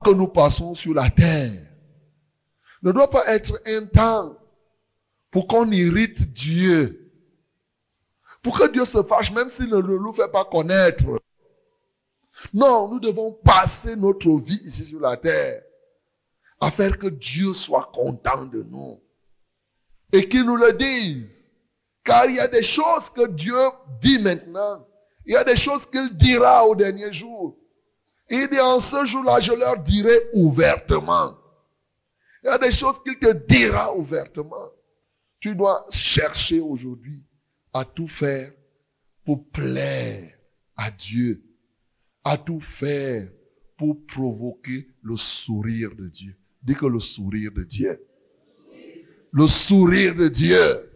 que nous passons sur la terre ne doit pas être un temps pour qu'on irrite Dieu. Pour que Dieu se fâche, même s'il ne nous fait pas connaître. Non, nous devons passer notre vie ici sur la terre à faire que Dieu soit content de nous. Et qu'il nous le dise. Car il y a des choses que Dieu dit maintenant. Il y a des choses qu'il dira au dernier jour. Il dit, en ce jour-là, je leur dirai ouvertement. Il y a des choses qu'il te dira ouvertement. Tu dois chercher aujourd'hui à tout faire pour plaire à Dieu. À tout faire pour provoquer le sourire de Dieu. Dis que le sourire de Dieu. Le sourire de Dieu.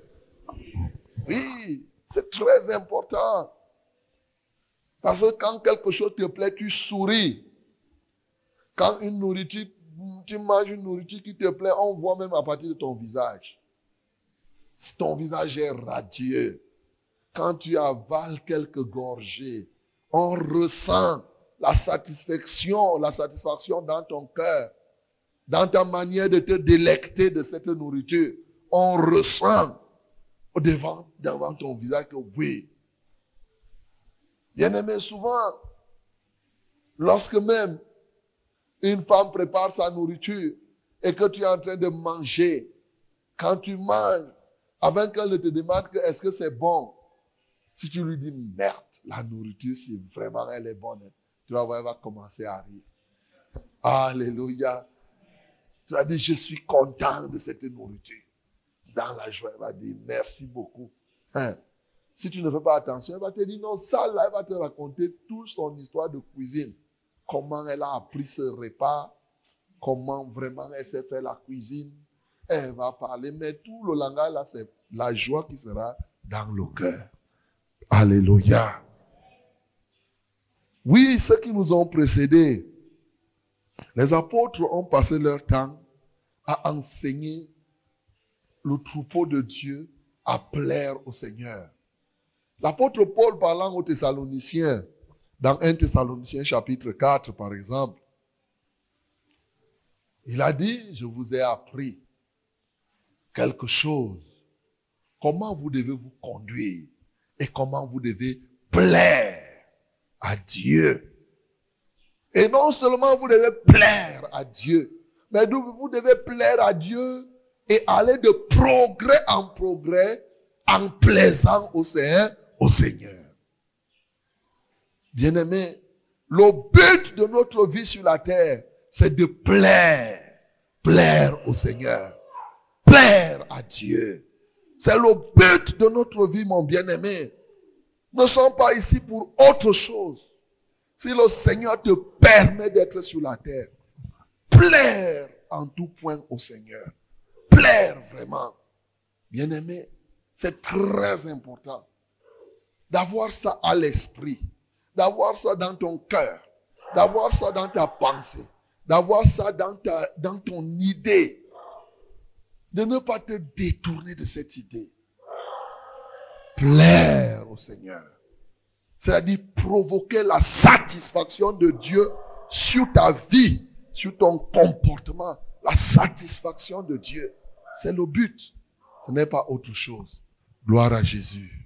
Oui, c'est très important. Parce que quand quelque chose te plaît, tu souris. Quand une nourriture, tu manges une nourriture qui te plaît, on voit même à partir de ton visage. Si ton visage est radieux, quand tu avales quelques gorgées, on ressent la satisfaction dans ton cœur, dans ta manière de te délecter de cette nourriture. On ressent devant ton visage que oui. Bien-aimé, souvent, lorsque même une femme prépare sa nourriture et que tu es en train de manger, quand tu manges, avant qu'elle ne te demande que est-ce que c'est bon, si tu lui dis merde, la nourriture, si vraiment elle est bonne, tu vas voir, elle va commencer à rire. Alléluia. Tu vas dire, je suis content de cette nourriture. Dans la joie, elle va dire merci beaucoup. Si tu ne fais pas attention, elle va te dire non, ça là, elle va te raconter toute son histoire de cuisine. Comment elle a appris ce repas, comment vraiment elle sait faire la cuisine. Elle va parler, mais tout le langage là, c'est la joie qui sera dans le cœur. Alléluia. Oui, ceux qui nous ont précédés, les apôtres ont passé leur temps à enseigner le troupeau de Dieu à plaire au Seigneur. L'apôtre Paul parlant aux Thessaloniciens, dans 1 Thessaloniciens chapitre 4 par exemple, il a dit, je vous ai appris quelque chose, comment vous devez vous conduire et comment vous devez plaire à Dieu. Et non seulement vous devez plaire à Dieu, mais vous devez plaire à Dieu et aller de progrès en progrès en plaisant au Seigneur. Bien-aimés, le but de notre vie sur la terre, c'est de plaire au Seigneur, plaire à Dieu. C'est le but de notre vie, mon bien-aimé. Nous ne sommes pas ici pour autre chose. Si le Seigneur te permet d'être sur la terre, plaire en tout point au Seigneur. Plaire vraiment. Bien-aimé, c'est très important d'avoir ça à l'esprit, d'avoir ça dans ton cœur, d'avoir ça dans ta pensée, d'avoir ça dans ton idée, de ne pas te détourner de cette idée. Plaire au Seigneur. C'est-à-dire provoquer la satisfaction de Dieu sur ta vie, sur ton comportement. La satisfaction de Dieu. C'est le but. Ce n'est pas autre chose. Gloire à Jésus.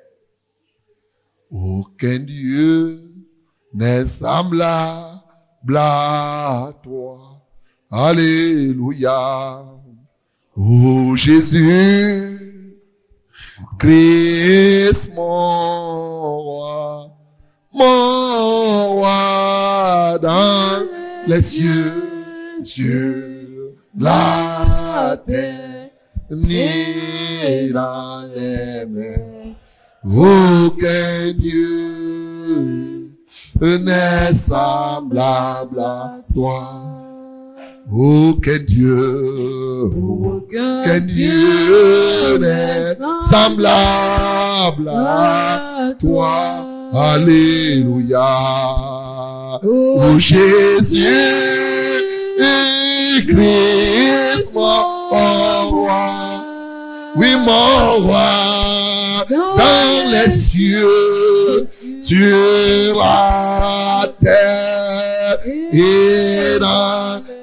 Aucun Dieu n'est semblable à toi. Alléluia. Oh Jésus, Christ mon roi dans les cieux, sur la terre, ni dans les mers. Aucun Dieu n'est semblable à toi. Aucun Dieu n'est semblable à toi. Alléluia. Oh Jésus, Christ, mon roi. Oui, mon roi, dans les cieux, sur la terre et dans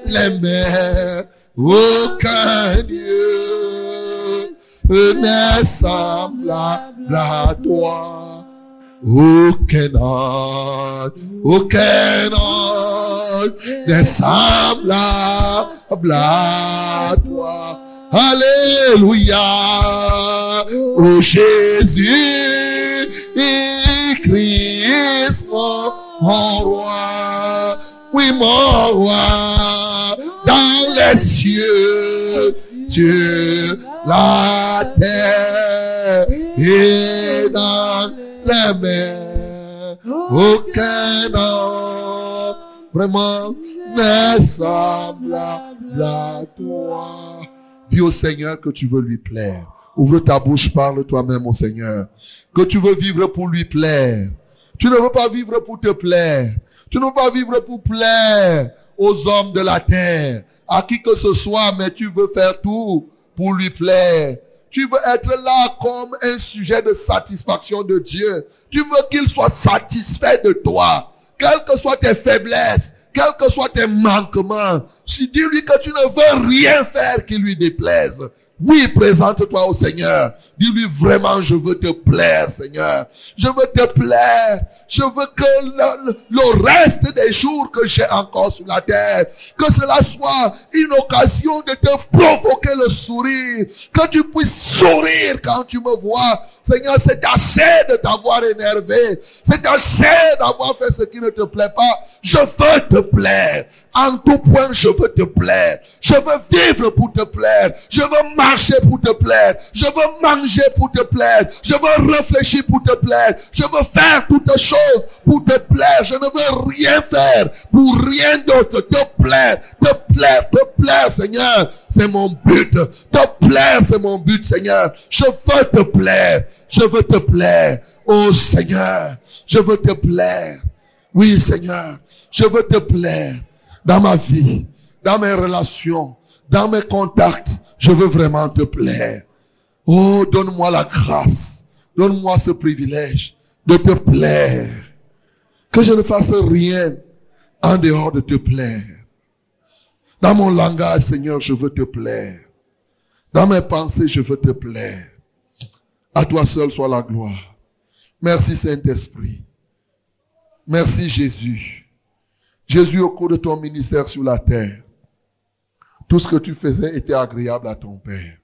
les mers. Aucun Dieu n'est semblable à toi. Aucun ange n'est semblable à toi. Alléluia. Oh Jésus, Christ, mon roi. Oui, mon roi, dans les cieux, Dieu, la terre et dans les mers. Aucun homme vraiment n'est semblable à toi. Dis au Seigneur que tu veux lui plaire. Ouvre ta bouche, parle toi-même au Seigneur. Que tu veux vivre pour lui plaire. Tu ne veux pas vivre pour te plaire. Tu ne veux pas vivre pour plaire aux hommes de la terre, à qui que ce soit, mais tu veux faire tout pour lui plaire. Tu veux être là comme un sujet de satisfaction de Dieu. Tu veux qu'il soit satisfait de toi, quelles que soient tes faiblesses, quels que soient tes manquements. Si dis-lui que tu ne veux rien faire qui lui déplaise. Oui, présente-toi au Seigneur. Dis-lui vraiment, je veux te plaire, Seigneur. Je veux te plaire. Je veux que le reste des jours que j'ai encore sur la terre, que cela soit une occasion de te provoquer le sourire. Que tu puisses sourire quand tu me vois. Seigneur, c'est assez de t'avoir énervé. C'est assez d'avoir fait ce qui ne te plaît pas. Je veux te plaire. En tout point, je veux te plaire. Je veux vivre pour te plaire. Je veux marcher pour te plaire. Je veux manger pour te plaire. Je veux réfléchir pour te plaire. Je veux faire toutes choses pour te plaire. Je ne veux rien faire pour rien d'autre. Te plaire, Seigneur. C'est mon but. Te plaire, c'est mon but, Seigneur. Je veux te plaire. Je veux te plaire. Oh Seigneur, je veux te plaire. Oui, Seigneur, je veux te plaire. Dans ma vie, dans mes relations, dans mes contacts, je veux vraiment te plaire. Oh, donne-moi la grâce, donne-moi ce privilège de te plaire. Que je ne fasse rien en dehors de te plaire. Dans mon langage, Seigneur, je veux te plaire. Dans mes pensées, je veux te plaire. À toi seul soit la gloire. Merci Saint-Esprit. Merci Jésus. Jésus, au cours de ton ministère sur la terre, tout ce que tu faisais était agréable à ton Père.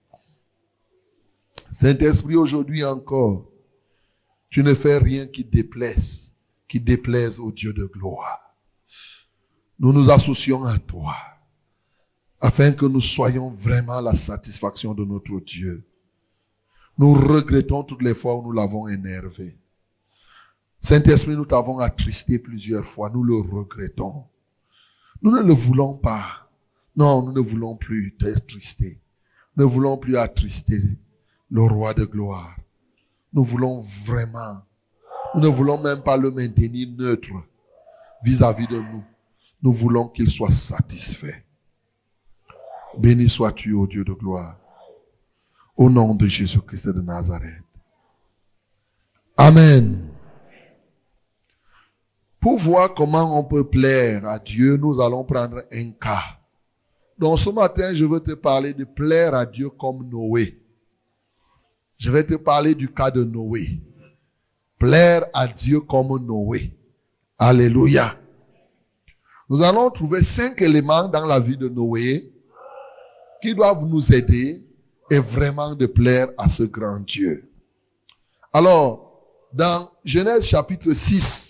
Saint-Esprit, aujourd'hui encore, tu ne fais rien qui déplaise au Dieu de gloire. Nous nous associons à toi, afin que nous soyons vraiment la satisfaction de notre Dieu. Nous regrettons toutes les fois où nous l'avons énervé. Saint-Esprit, nous t'avons attristé plusieurs fois. Nous le regrettons. Nous ne le voulons pas. Non, nous ne voulons plus t'attrister. Nous ne voulons plus attrister le roi de gloire. Nous voulons vraiment. Nous ne voulons même pas le maintenir neutre vis-à-vis de nous. Nous voulons qu'il soit satisfait. Béni sois-tu, ô Dieu de gloire. Au nom de Jésus-Christ de Nazareth. Amen. Pour voir comment on peut plaire à Dieu, nous allons prendre un cas. Donc ce matin, je veux te parler de plaire à Dieu comme Noé. Je vais te parler du cas de Noé. Plaire à Dieu comme Noé. Alléluia. Nous allons trouver 5 éléments dans la vie de Noé qui doivent nous aider et vraiment de plaire à ce grand Dieu. Alors, dans Genèse chapitre 6,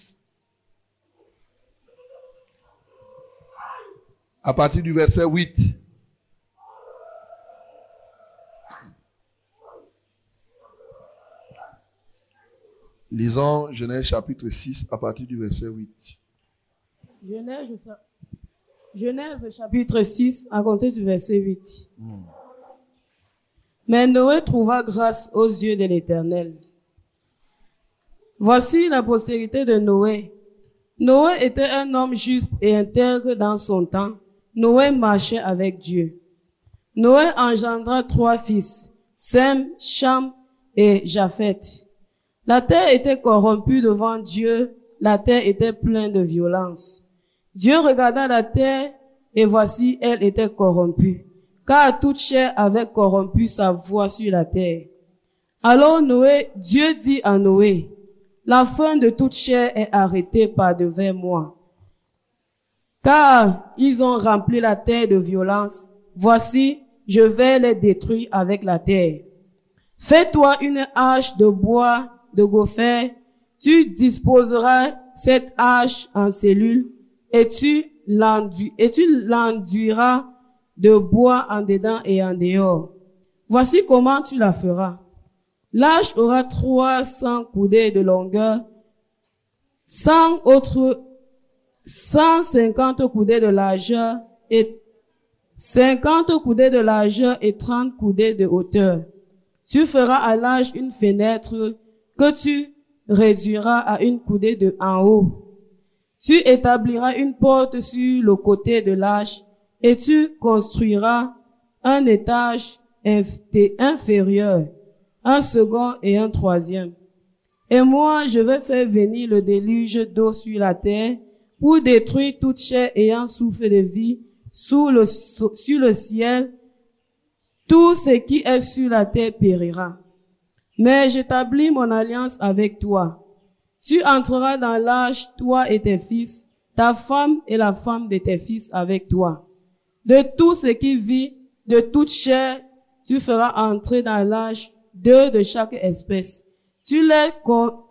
à partir du verset 8. Lisons Genèse chapitre 6 à partir du verset 8. Genèse chapitre 6 à compter du verset 8. Mais Noé trouva grâce aux yeux de l'Éternel. Voici la postérité de Noé. Noé était un homme juste et intègre dans son temps. Noé marchait avec Dieu. Noé engendra 3 fils, Sem, Cham et Japheth. La terre était corrompue devant Dieu, la terre était pleine de violence. Dieu regarda la terre et voici, elle était corrompue, car toute chair avait corrompu sa voix sur la terre. Alors Dieu dit à Noé, la fin de toute chair est arrêtée par devers moi, car ils ont rempli la terre de violence. Voici, je vais les détruire avec la terre. Fais-toi une hache de bois de gopher, tu disposeras cette hache en cellules, et tu l'enduiras de bois en dedans et en dehors. Voici comment tu la feras. L'âge aura 300 coudées de longueur, 150 coudées de largeur et 50 coudées de largeur et 30 coudées de hauteur. Tu feras à l'âge une fenêtre que tu réduiras à une coudée de en haut. Tu établiras une porte sur le côté de l'âge et tu construiras un étage inférieur, un second et un troisième. Et moi, je vais faire venir le déluge d'eau sur la terre pour détruire toute chair ayant souffle de vie sur le ciel. Tout ce qui est sur la terre périra. Mais j'établis mon alliance avec toi. Tu entreras dans l'âge, toi et tes fils, ta femme et la femme de tes fils avec toi. De tout ce qui vit, de toute chair, tu feras entrer dans l'âge 2 de chaque espèce. Pour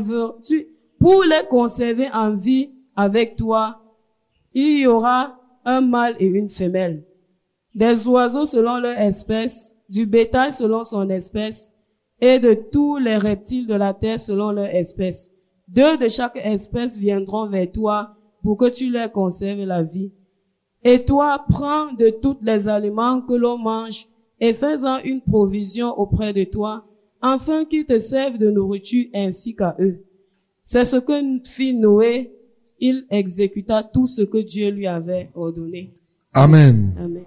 les conserver en vie avec toi, il y aura un mâle et une femelle. Des oiseaux selon leur espèce, du bétail selon son espèce, et de tous les reptiles de la terre selon leur espèce. 2 de chaque espèce viendront vers toi pour que tu leur conserves la vie. Et toi, prends de tous les aliments que l'on mange et fais-en une provision auprès de toi, afin qu'ils te servent de nourriture ainsi qu'à eux. C'est ce que fit Noé. Il exécuta tout ce que Dieu lui avait ordonné. Amen. Amen.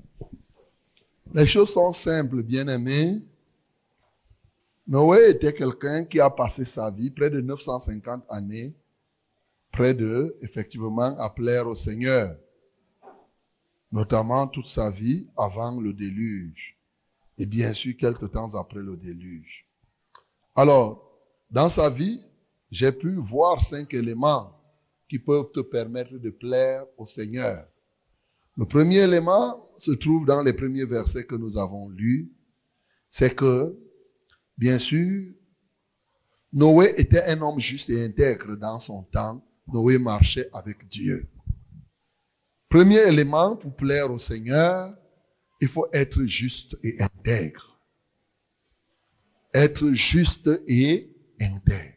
Les choses sont simples, bien-aimés. Noé était quelqu'un qui a passé sa vie, près de 950 années, effectivement, à plaire au Seigneur. Notamment toute sa vie avant le déluge. Et bien sûr, quelque temps après le déluge. Alors, dans sa vie, j'ai pu voir 5 éléments qui peuvent te permettre de plaire au Seigneur. Le premier élément se trouve dans les premiers versets que nous avons lus. C'est que, bien sûr, Noé était un homme juste et intègre dans son temps. Noé marchait avec Dieu. Premier élément pour plaire au Seigneur, il faut être juste et intègre. Être juste et intègre.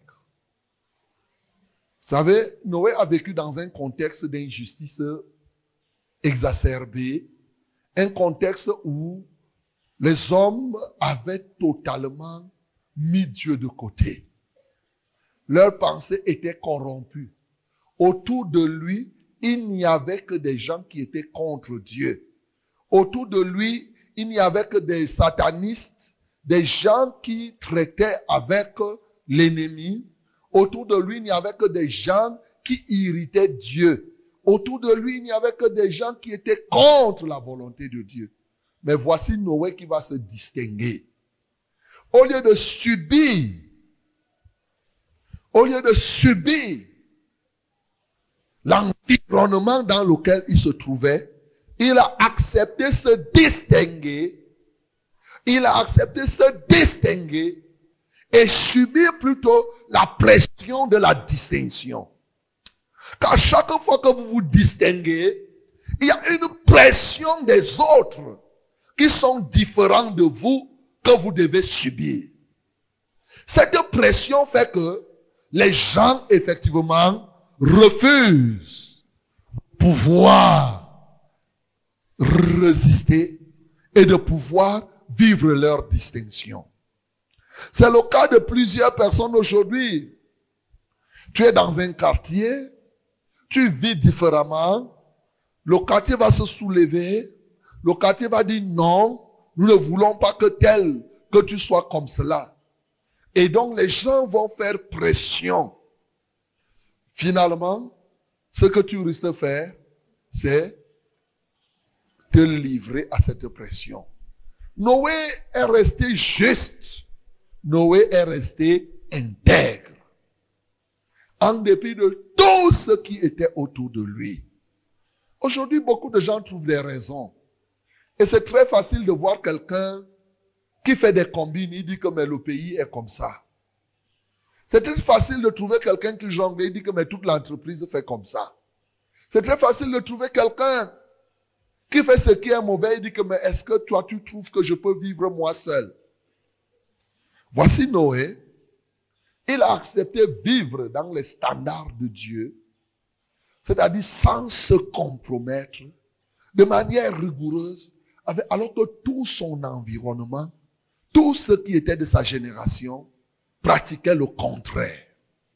Vous savez, Noé a vécu dans un contexte d'injustice exacerbée, un contexte où les hommes avaient totalement mis Dieu de côté. Leurs pensées étaient corrompues. Autour de lui, il n'y avait que des gens qui étaient contre Dieu. Autour de lui, il n'y avait que des satanistes, des gens qui traitaient avec l'ennemi. Autour de lui, il n'y avait que des gens qui irritaient Dieu. Autour de lui, il n'y avait que des gens qui étaient contre la volonté de Dieu. Mais voici Noé qui va se distinguer. Au lieu de subir l'environnement dans lequel il se trouvait, il a accepté se distinguer. Il a accepté se distinguer et subir plutôt la pression de la distinction. Car chaque fois que vous vous distinguez, il y a une pression des autres qui sont différents de vous que vous devez subir. Cette pression fait que les gens, effectivement, refusent de pouvoir résister et de pouvoir vivre leur distinction. C'est le cas de plusieurs personnes aujourd'hui. Tu es dans un quartier, tu vis différemment, le quartier va se soulever, le quartier va dire non, nous ne voulons pas que tu sois comme cela. Et donc les gens vont faire pression. Finalement, ce que tu risques de faire, c'est te livrer à cette pression. Noé est resté juste. Noé est resté intègre. En dépit de tout ce qui était autour de lui. Aujourd'hui, beaucoup de gens trouvent des raisons. Et c'est très facile de voir quelqu'un qui fait des combines. Il dit que mais le pays est comme ça. C'est très facile de trouver quelqu'un qui jongle. Il dit que mais toute l'entreprise fait comme ça. C'est très facile de trouver quelqu'un qui fait ce qui est mauvais. Il dit que mais est-ce que toi tu trouves que je peux vivre moi seul? Voici Noé. Il a accepté vivre dans les standards de Dieu. C'est-à-dire sans se compromettre de manière rigoureuse. Alors que tout son environnement, tout ce qui était de sa génération, pratiquait le contraire.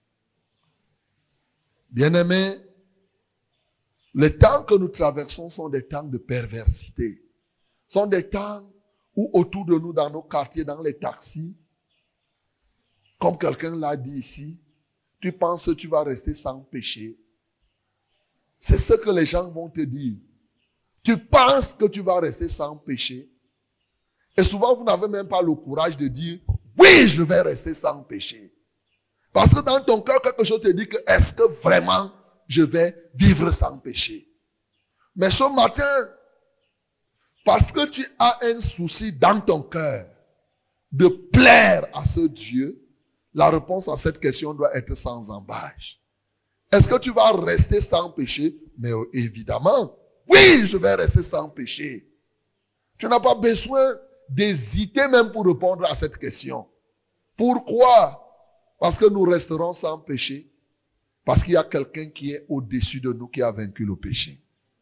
Bien-aimés, les temps que nous traversons sont des temps de perversité. Sont des temps où autour de nous, dans nos quartiers, dans les taxis, comme quelqu'un l'a dit ici, tu penses que tu vas rester sans péché. C'est ce que les gens vont te dire. Tu penses que tu vas rester sans péché. Et souvent, vous n'avez même pas le courage de dire, oui, je vais rester sans péché. Parce que dans ton cœur, quelque chose te dit que, est-ce que vraiment je vais vivre sans péché? Mais ce matin, parce que tu as un souci dans ton cœur de plaire à ce Dieu, la réponse à cette question doit être sans embâche. Est-ce que tu vas rester sans péché? Mais évidemment, oui, je vais rester sans péché. Tu n'as pas besoin d'hésiter même pour répondre à cette question. Pourquoi? Parce que nous resterons sans péché. Parce qu'il y a quelqu'un qui est au-dessus de nous qui a vaincu le péché.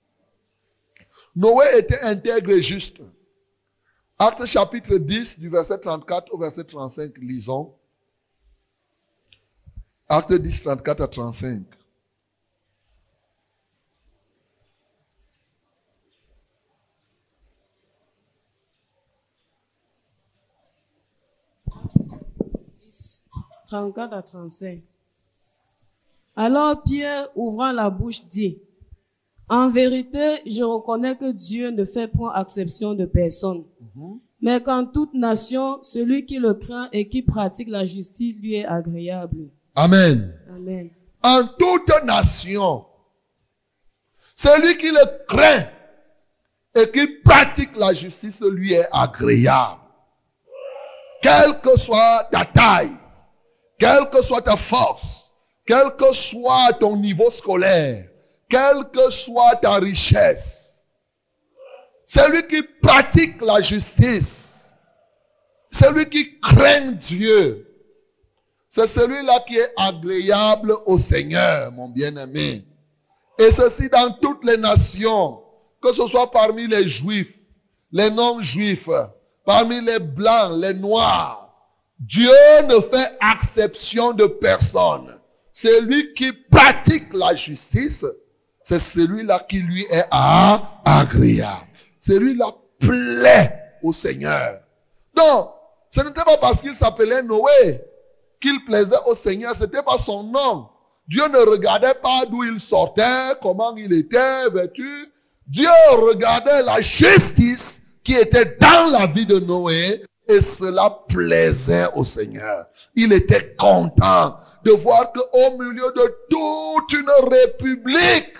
Noé était intègre et juste. Actes chapitre 10, du verset 34 au verset 35, lisons. Actes 10, 34 à 35. « 34 à 35. Alors Pierre, ouvrant la bouche, dit, « En vérité, je reconnais que Dieu ne fait point exception de personne. Mais qu'en toute nation, celui qui le craint et qui pratique la justice lui est agréable. » Amen. Amen. En toute nation, celui qui le craint et qui pratique la justice lui est agréable. Quelle que soit ta taille, quelle que soit ta force, quel que soit ton niveau scolaire, quelle que soit ta richesse, celui qui pratique la justice, celui qui craint Dieu, c'est celui-là qui est agréable au Seigneur, mon bien-aimé. Et ceci dans toutes les nations, que ce soit parmi les Juifs, les non-Juifs, parmi les Blancs, les Noirs. Dieu ne fait exception de personne. Celui qui pratique la justice, c'est celui-là qui lui est agréable. Celui-là plaît au Seigneur. Donc, ce n'était pas parce qu'il s'appelait Noé qu'il plaisait au Seigneur, c'était pas son nom. Dieu ne regardait pas d'où il sortait, comment il était vêtu. Dieu regardait la justice qui était dans la vie de Noé et cela plaisait au Seigneur. Il était content de voir qu'au milieu de toute une république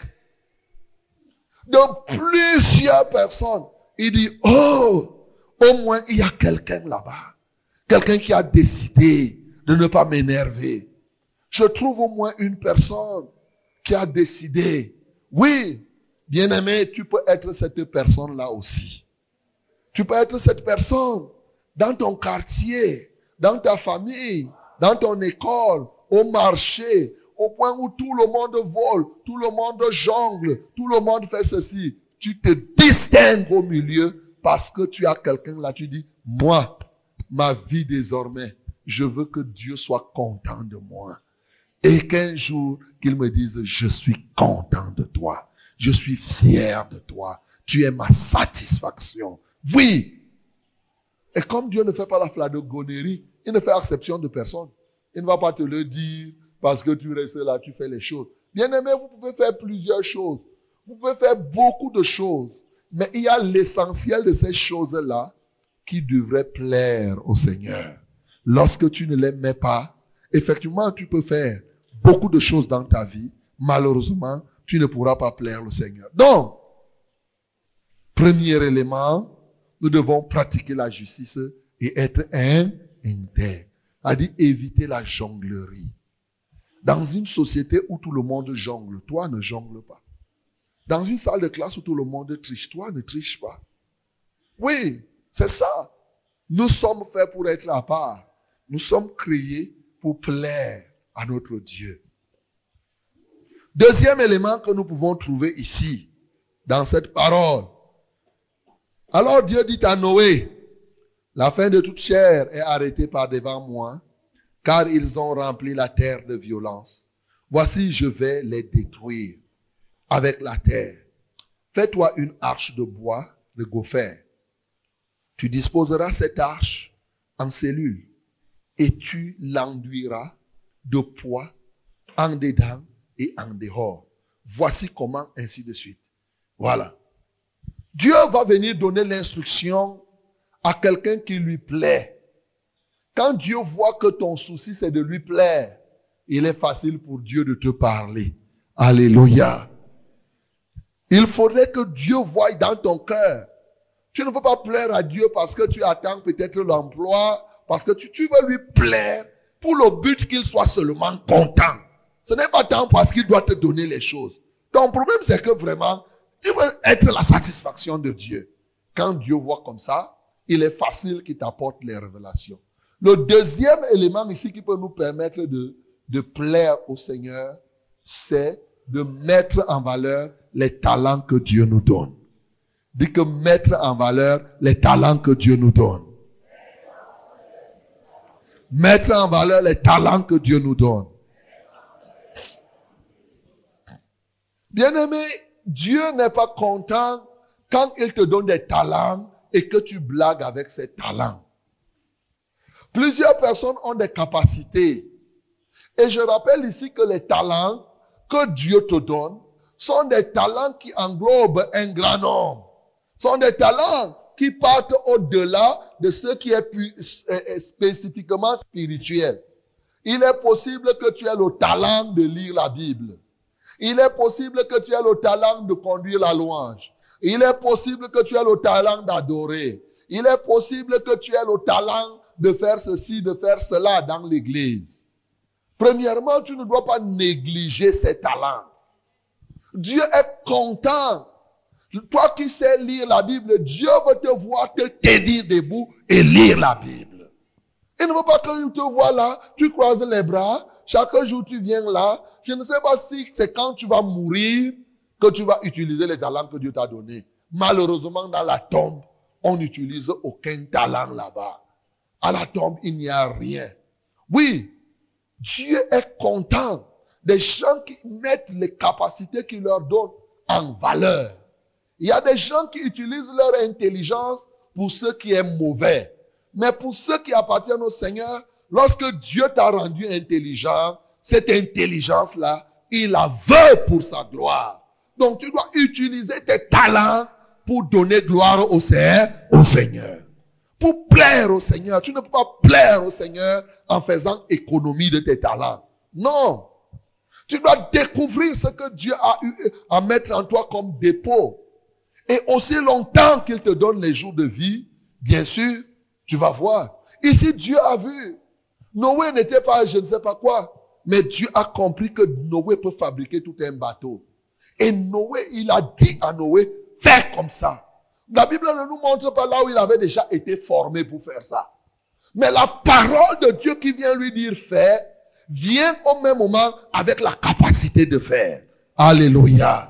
de plusieurs personnes, il dit, oh, au moins il y a quelqu'un là-bas. Quelqu'un qui a décidé de ne pas m'énerver. Je trouve au moins une personne qui a décidé. Oui, bien-aimé, tu peux être cette personne-là aussi. Tu peux être cette personne dans ton quartier, dans ta famille, dans ton école, au marché, au point où tout le monde vole, tout le monde jongle, tout le monde fait ceci. Tu te distingues au milieu parce que tu as quelqu'un là, tu dis, moi, ma vie désormais, je veux que Dieu soit content de moi. Et qu'un jour, qu'il me dise, je suis content de toi. Je suis fier de toi. Tu es ma satisfaction. Oui. Et comme Dieu ne fait pas la flagornerie, il ne fait exception de personne. Il ne va pas te le dire parce que tu restes là, tu fais les choses. Bien-aimé, vous pouvez faire plusieurs choses. Vous pouvez faire beaucoup de choses. Mais il y a l'essentiel de ces choses-là qui devraient plaire au Seigneur. Lorsque tu ne les mets pas, effectivement, tu peux faire beaucoup de choses dans ta vie. Malheureusement, tu ne pourras pas plaire au Seigneur. Donc, premier élément, nous devons pratiquer la justice et être intègre. C'est-à-dire éviter la jonglerie. Dans une société où tout le monde jongle, toi ne jongle pas. Dans une salle de classe où tout le monde triche, toi ne triche pas. Oui, c'est ça. Nous sommes faits pour être à part. Nous sommes créés pour plaire à notre Dieu. Deuxième élément que nous pouvons trouver ici, dans cette parole. Alors Dieu dit à Noé, la fin de toute chair est arrêtée par devant moi, car ils ont rempli la terre de violence. Voici, je vais les détruire avec la terre. Fais-toi une arche de bois, de gopher. Tu disposeras cette arche en cellules et tu l'enduiras de poids en dedans et en dehors. Voici comment, ainsi de suite. Voilà. Dieu va venir donner l'instruction à quelqu'un qui lui plaît. Quand Dieu voit que ton souci c'est de lui plaire, il est facile pour Dieu de te parler. Alléluia. Il faudrait que Dieu voie dans ton cœur. Tu ne veux pas plaire à Dieu parce que tu attends peut-être l'emploi, parce que tu veux lui plaire pour le but qu'il soit seulement content. Ce n'est pas tant parce qu'il doit te donner les choses. Ton problème c'est que vraiment, tu veux être la satisfaction de Dieu. Quand Dieu voit comme ça, il est facile qu'il t'apporte les révélations. Le deuxième élément ici qui peut nous permettre de plaire au Seigneur, c'est de mettre en valeur les talents que Dieu nous donne. Dis que mettre en valeur les talents que Dieu nous donne. Mettre en valeur les talents que Dieu nous donne. Bien-aimé, Dieu n'est pas content quand il te donne des talents et que tu blagues avec ces talents. Plusieurs personnes ont des capacités. Et je rappelle ici que les talents que Dieu te donne sont des talents qui englobent un grand nombre. Sont des talents qui partent au-delà de ce qui est spécifiquement spirituel. Il est possible que tu aies le talent de lire la Bible. Il est possible que tu aies le talent de conduire la louange. Il est possible que tu aies le talent d'adorer. Il est possible que tu aies le talent de faire ceci, de faire cela dans l'église. Premièrement, tu ne dois pas négliger ces talents. Dieu est content. Toi qui sais lire la Bible, Dieu veut te voir te tenir debout et lire la Bible. Il ne veut pas que tu te vois là, tu croises les bras, chaque jour tu viens là. Je ne sais pas si c'est quand tu vas mourir que tu vas utiliser les talents que Dieu t'a donnés. Malheureusement, dans la tombe, on n'utilise aucun talent là-bas. À la tombe, il n'y a rien. Oui, Dieu est content des gens qui mettent les capacités qu'il leur donne en valeur. Il y a des gens qui utilisent leur intelligence pour ce qui est mauvais. Mais pour ceux qui appartiennent au Seigneur, lorsque Dieu t'a rendu intelligent, cette intelligence-là, il la veut pour sa gloire. Donc tu dois utiliser tes talents pour donner gloire au Seigneur. Pour plaire au Seigneur. Tu ne peux pas plaire au Seigneur en faisant économie de tes talents. Non. Tu dois découvrir ce que Dieu a eu à mettre en toi comme dépôt. Et aussi longtemps qu'il te donne les jours de vie, bien sûr, tu vas voir. Ici, Dieu a vu. Noé n'était pas je ne sais pas quoi. Mais Dieu a compris que Noé peut fabriquer tout un bateau. Et Noé, il a dit à Noé, fais comme ça. La Bible ne nous montre pas là où il avait déjà été formé pour faire ça. Mais la parole de Dieu qui vient lui dire fais, vient au même moment avec la capacité de faire. Alléluia.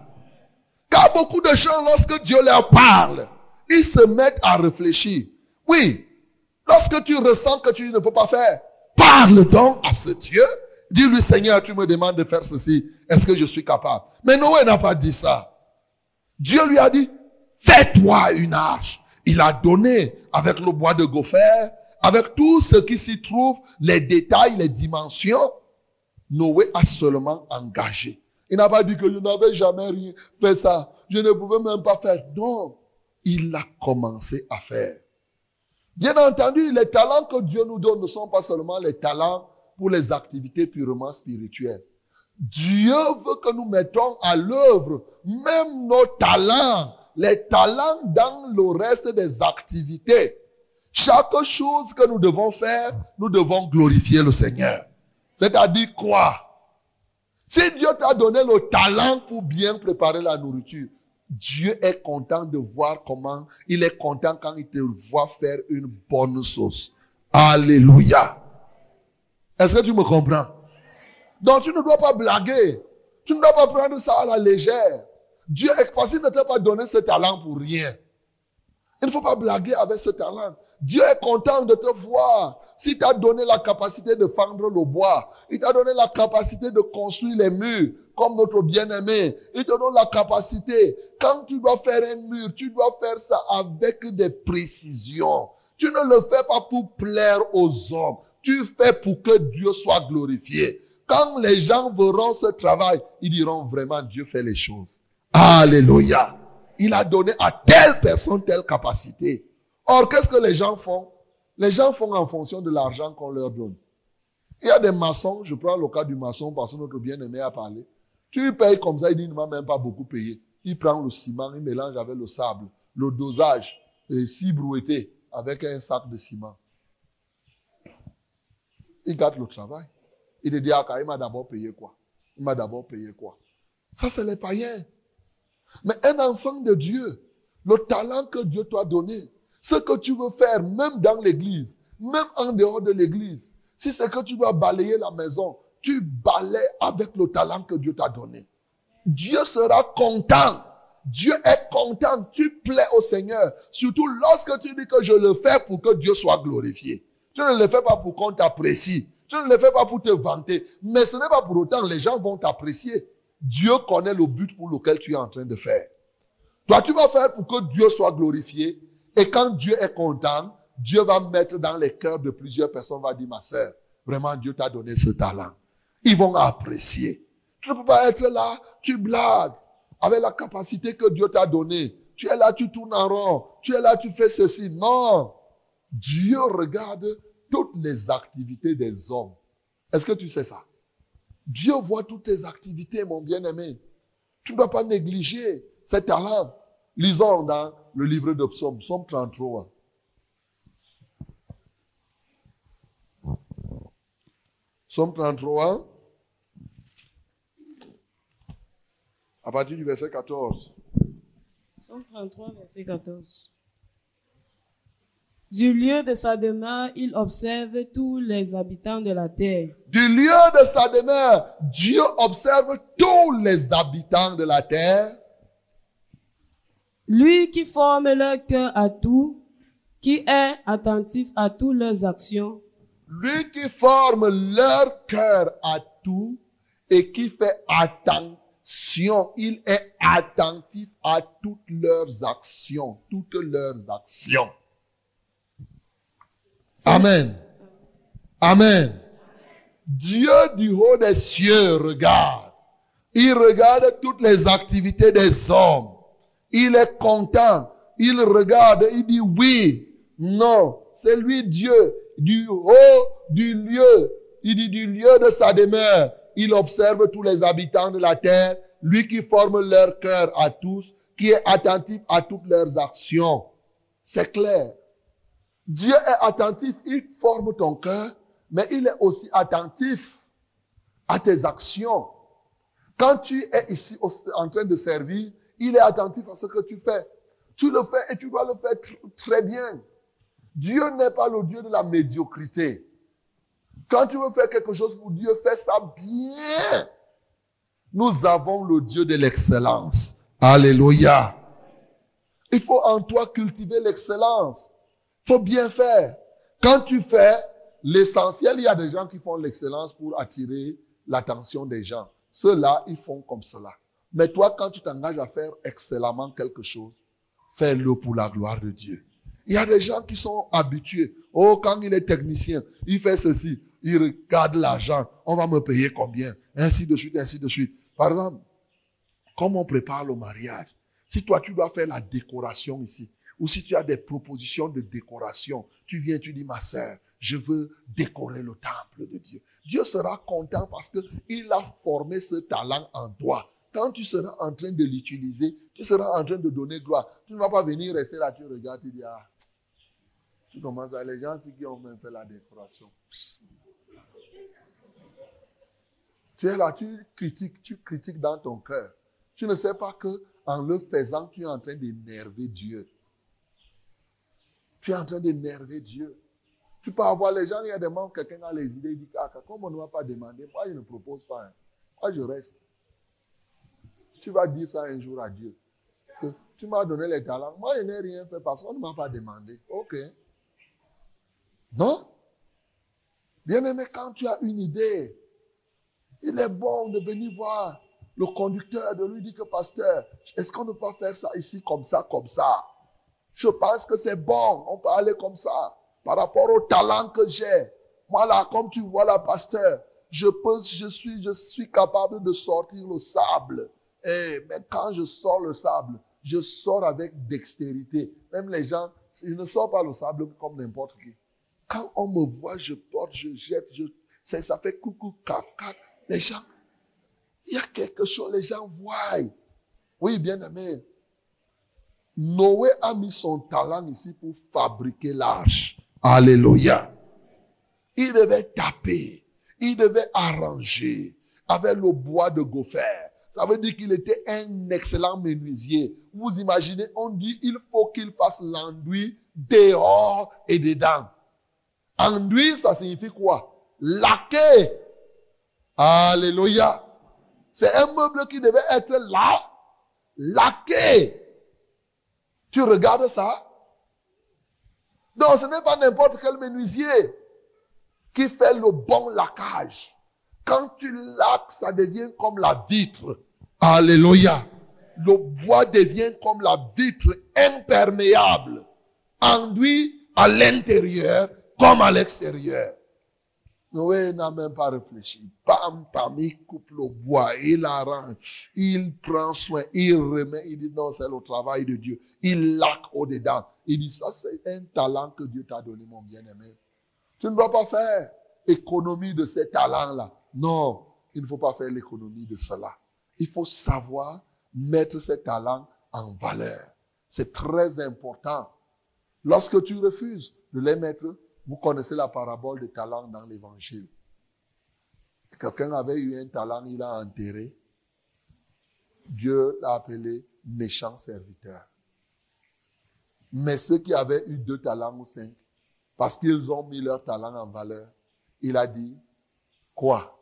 Car beaucoup de gens, lorsque Dieu leur parle, ils se mettent à réfléchir. Oui, lorsque tu ressens que tu ne peux pas faire, parle donc à ce Dieu. Dis-lui, Seigneur, tu me demandes de faire ceci. Est-ce que je suis capable? Mais Noé n'a pas dit ça. Dieu lui a dit, fais-toi une arche. Il a donné avec le bois de gopher, avec tout ce qui s'y trouve, les détails, les dimensions. Noé a seulement engagé. Il n'a pas dit que je n'avais jamais rien fait ça. Je ne pouvais même pas faire. Non. il a commencé à faire. Bien entendu, les talents que Dieu nous donne ne sont pas seulement les talents pour les activités purement spirituelles. Dieu veut que nous mettons à l'œuvre même nos talents, les talents dans le reste des activités. Chaque chose que nous devons faire, nous devons glorifier le Seigneur. C'est-à-dire quoi? Si Dieu t'a donné le talent pour bien préparer la nourriture, Dieu est content de voir comment, il est content quand il te voit faire une bonne sauce. Alléluia. Est-ce que tu me comprends? Donc tu ne dois pas blaguer. Tu ne dois pas prendre ça à la légère. Dieu est parce qu'il ne t'a pas donné ce talent pour rien. Il ne faut pas blaguer avec ce talent. Dieu est content de te voir. S'il t'a donné la capacité de fendre le bois, il t'a donné la capacité de construire les murs, comme notre bien-aimé. Il te donne la capacité. Quand tu dois faire un mur, tu dois faire ça avec des précisions. Tu ne le fais pas pour plaire aux hommes. Tu fais pour que Dieu soit glorifié. Quand les gens verront ce travail, ils diront vraiment Dieu fait les choses. Alléluia. Il a donné à telle personne telle capacité. Or, qu'est-ce que les gens font? Les gens font en fonction de l'argent qu'on leur donne. Il y a des maçons, je prends le cas du maçon parce que notre bien-aimé a parlé. Tu lui payes comme ça, il dit, il ne m'a même pas beaucoup payé. Il prend le ciment, il mélange avec le sable, le dosage, et 6 brouettés avec un sac de ciment. Il gâte le travail. Il te dit, ah, il m'a d'abord payé quoi? Il m'a d'abord payé quoi? Ça, c'est les païens. Mais un enfant de Dieu, le talent que Dieu t'a donné, ce que tu veux faire, même dans l'église, même en dehors de l'église, si c'est que tu dois balayer la maison, tu balayes avec le talent que Dieu t'a donné. Dieu sera content. Dieu est content. Tu plais au Seigneur. Surtout lorsque tu dis que je le fais pour que Dieu soit glorifié. Tu ne le fais pas pour qu'on t'apprécie. Tu ne le fais pas pour te vanter. Mais ce n'est pas pour autant que les gens vont t'apprécier. Dieu connaît le but pour lequel tu es en train de faire. Toi, tu vas faire pour que Dieu soit glorifié. Et quand Dieu est content, Dieu va mettre dans les cœurs de plusieurs personnes, va dire, ma sœur, vraiment Dieu t'a donné ce talent. Ils vont apprécier. Tu ne peux pas être là, tu blagues avec la capacité que Dieu t'a donnée. Tu es là, tu tournes en rond. Tu es là, tu fais ceci. Non. Dieu regarde toutes les activités des hommes. Est-ce que tu sais ça? Dieu voit toutes tes activités, mon bien-aimé. Tu ne dois pas négliger ces talents. Lisons dans le livre de Psaume, Psaume 33. Psaume 33, à partir du verset 14. Psaume 33, verset 14. Du lieu de sa demeure, il observe tous les habitants de la terre. Du lieu de sa demeure, Dieu observe tous les habitants de la terre. Lui qui forme leur cœur à tout, qui est attentif à toutes leurs actions. Lui qui forme leur cœur à tout et qui fait attention, il est attentif à toutes leurs actions, toutes leurs actions. Amen. Amen. Dieu du haut des cieux regarde. Il regarde toutes les activités des hommes. Il est content. Il regarde. Il dit oui, non. C'est lui Dieu du haut du lieu. Il dit du lieu de sa demeure. Il observe tous les habitants de la terre. Lui qui forme leur cœur à tous, qui est attentif à toutes leurs actions. C'est clair. Dieu est attentif, il forme ton cœur, mais il est aussi attentif à tes actions. Quand tu es ici en train de servir, il est attentif à ce que tu fais. Tu le fais et tu dois le faire très bien. Dieu n'est pas le Dieu de la médiocrité. Quand tu veux faire quelque chose pour Dieu, fais ça bien. Nous avons le Dieu de l'excellence. Alléluia. Il faut en toi cultiver l'excellence. Il faut bien faire. Quand tu fais l'essentiel, il y a des gens qui font l'excellence pour attirer l'attention des gens. Ceux-là, ils font comme cela. Mais toi, quand tu t'engages à faire excellemment quelque chose, fais-le pour la gloire de Dieu. Il y a des gens qui sont habitués. Oh, quand il est technicien, il fait ceci. Il regarde l'argent. On va me payer combien? Ainsi de suite, ainsi de suite. Par exemple, comme on prépare le mariage, Si toi, tu dois faire la décoration ici, ou si tu as des propositions de décoration, tu viens, tu dis, ma sœur, je veux décorer le temple de Dieu. Dieu sera content parce qu'il a formé ce talent en toi. Quand tu seras en train de l'utiliser, tu seras en train de donner gloire. Tu ne vas pas venir rester là, tu regardes, tu dis, ah, tu commences à les gens qui ont même fait la décoration. Tu es là, tu critiques dans ton cœur. Tu ne sais pas qu'en le faisant, tu es en train d'énerver Dieu. Tu es en train d'énerver Dieu. Tu peux avoir les gens, il y a des moments, quelqu'un a les idées, il dit, ah, comme on ne va pas demander, moi je ne propose pas. Hein. Moi je reste. Tu vas dire ça un jour à Dieu. Que tu m'as donné les talents. Moi je n'ai rien fait parce qu'on ne m'a pas demandé. Ok. Non? Bien aimé, quand tu as une idée, il est bon de venir voir le conducteur, de lui dire que pasteur, est-ce qu'on ne peut pas faire ça ici comme ça, comme ça? Je pense que c'est bon, on peut aller comme ça. Par rapport au talent que j'ai. Moi là, comme tu vois là, pasteur, je suis capable de sortir le sable. Mais quand je sors le sable, je sors avec dextérité. Même les gens, je ne sors pas le sable comme n'importe qui. Quand on me voit, je porte, je jette, ça fait coucou, caca. Les gens, il y a quelque chose, les gens voient. Oui, bien aimé. Noé a mis son talent ici pour fabriquer l'arche. Alléluia. Il devait taper, il devait arranger avec le bois de gopher. Ça veut dire qu'il était un excellent menuisier. Vous imaginez, on dit il faut qu'il fasse l'enduit dehors et dedans. Enduire, ça signifie quoi? Laquer. Alléluia. C'est un meuble qui devait être là, laqué. Tu regardes ça? Non, ce n'est pas n'importe quel menuisier qui fait le bon laquage. Quand tu laques, ça devient comme la vitre. Alléluia. Le bois devient comme la vitre imperméable. Enduit à l'intérieur comme à l'extérieur. Noé n'a même pas réfléchi. Pam, il coupe le bois, il arrange, il prend soin, il remet, il dit non, c'est le travail de Dieu. Il laque au-dedans. Il dit ça, c'est un talent que Dieu t'a donné, mon bien-aimé. Tu ne dois pas faire économie de ces talents-là. Non, il ne faut pas faire l'économie de cela. Il faut savoir mettre ces talents en valeur. C'est très important. Lorsque tu refuses de les mettre, vous connaissez la parabole des talents dans l'évangile. Quelqu'un avait eu un talent, il l'a enterré. Dieu l'a appelé méchant serviteur. Mais ceux qui avaient eu 2 talents ou 5, parce qu'ils ont mis leur talent en valeur, il a dit, quoi?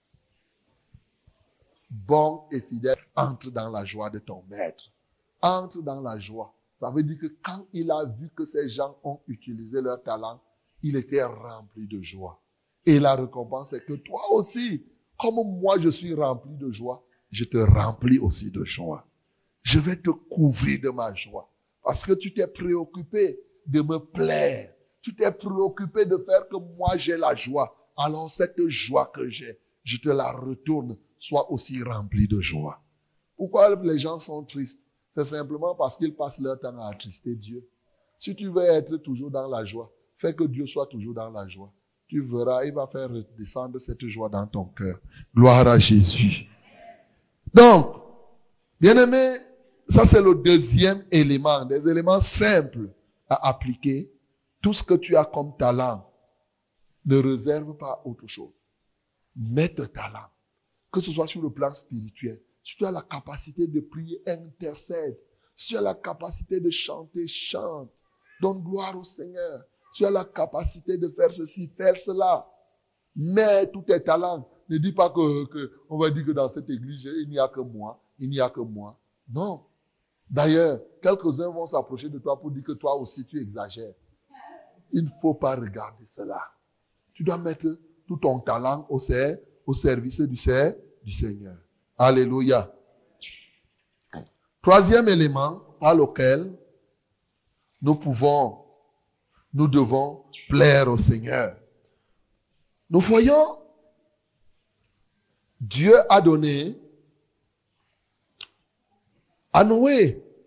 Bon et fidèle, entre dans la joie de ton maître. Entre dans la joie. Ça veut dire que quand il a vu que ces gens ont utilisé leur talent, il était rempli de joie. Et la récompense est que toi aussi, comme moi je suis rempli de joie, je te remplis aussi de joie. Je vais te couvrir de ma joie. Parce que tu t'es préoccupé de me plaire. Tu t'es préoccupé de faire que moi j'ai la joie. Alors cette joie que j'ai, je te la retourne, sois aussi rempli de joie. Pourquoi les gens sont tristes? C'est simplement parce qu'ils passent leur temps à attrister Dieu. Si tu veux être toujours dans la joie, fais que Dieu soit toujours dans la joie. Tu verras, il va faire redescendre cette joie dans ton cœur. Gloire à Jésus. Donc, bien-aimé, ça c'est le deuxième élément, des éléments simples à appliquer. Tout ce que tu as comme talent, ne réserve pas autre chose. Mets ton talent, que ce soit sur le plan spirituel. Si tu as la capacité de prier, intercède. Si tu as la capacité de chanter, chante. Donne gloire au Seigneur. Tu as la capacité de faire ceci, faire cela. Mets tous tes talents. Ne dis pas on va dire que dans cette église, il n'y a que moi. Il n'y a que moi. Non. D'ailleurs, quelques-uns vont s'approcher de toi pour dire que toi aussi tu exagères. Il ne faut pas regarder cela. Tu dois mettre tout ton talent au service du Seigneur. Alléluia. Troisième élément par lequel nous devons plaire au Seigneur. Nous voyons, Dieu a donné à Noé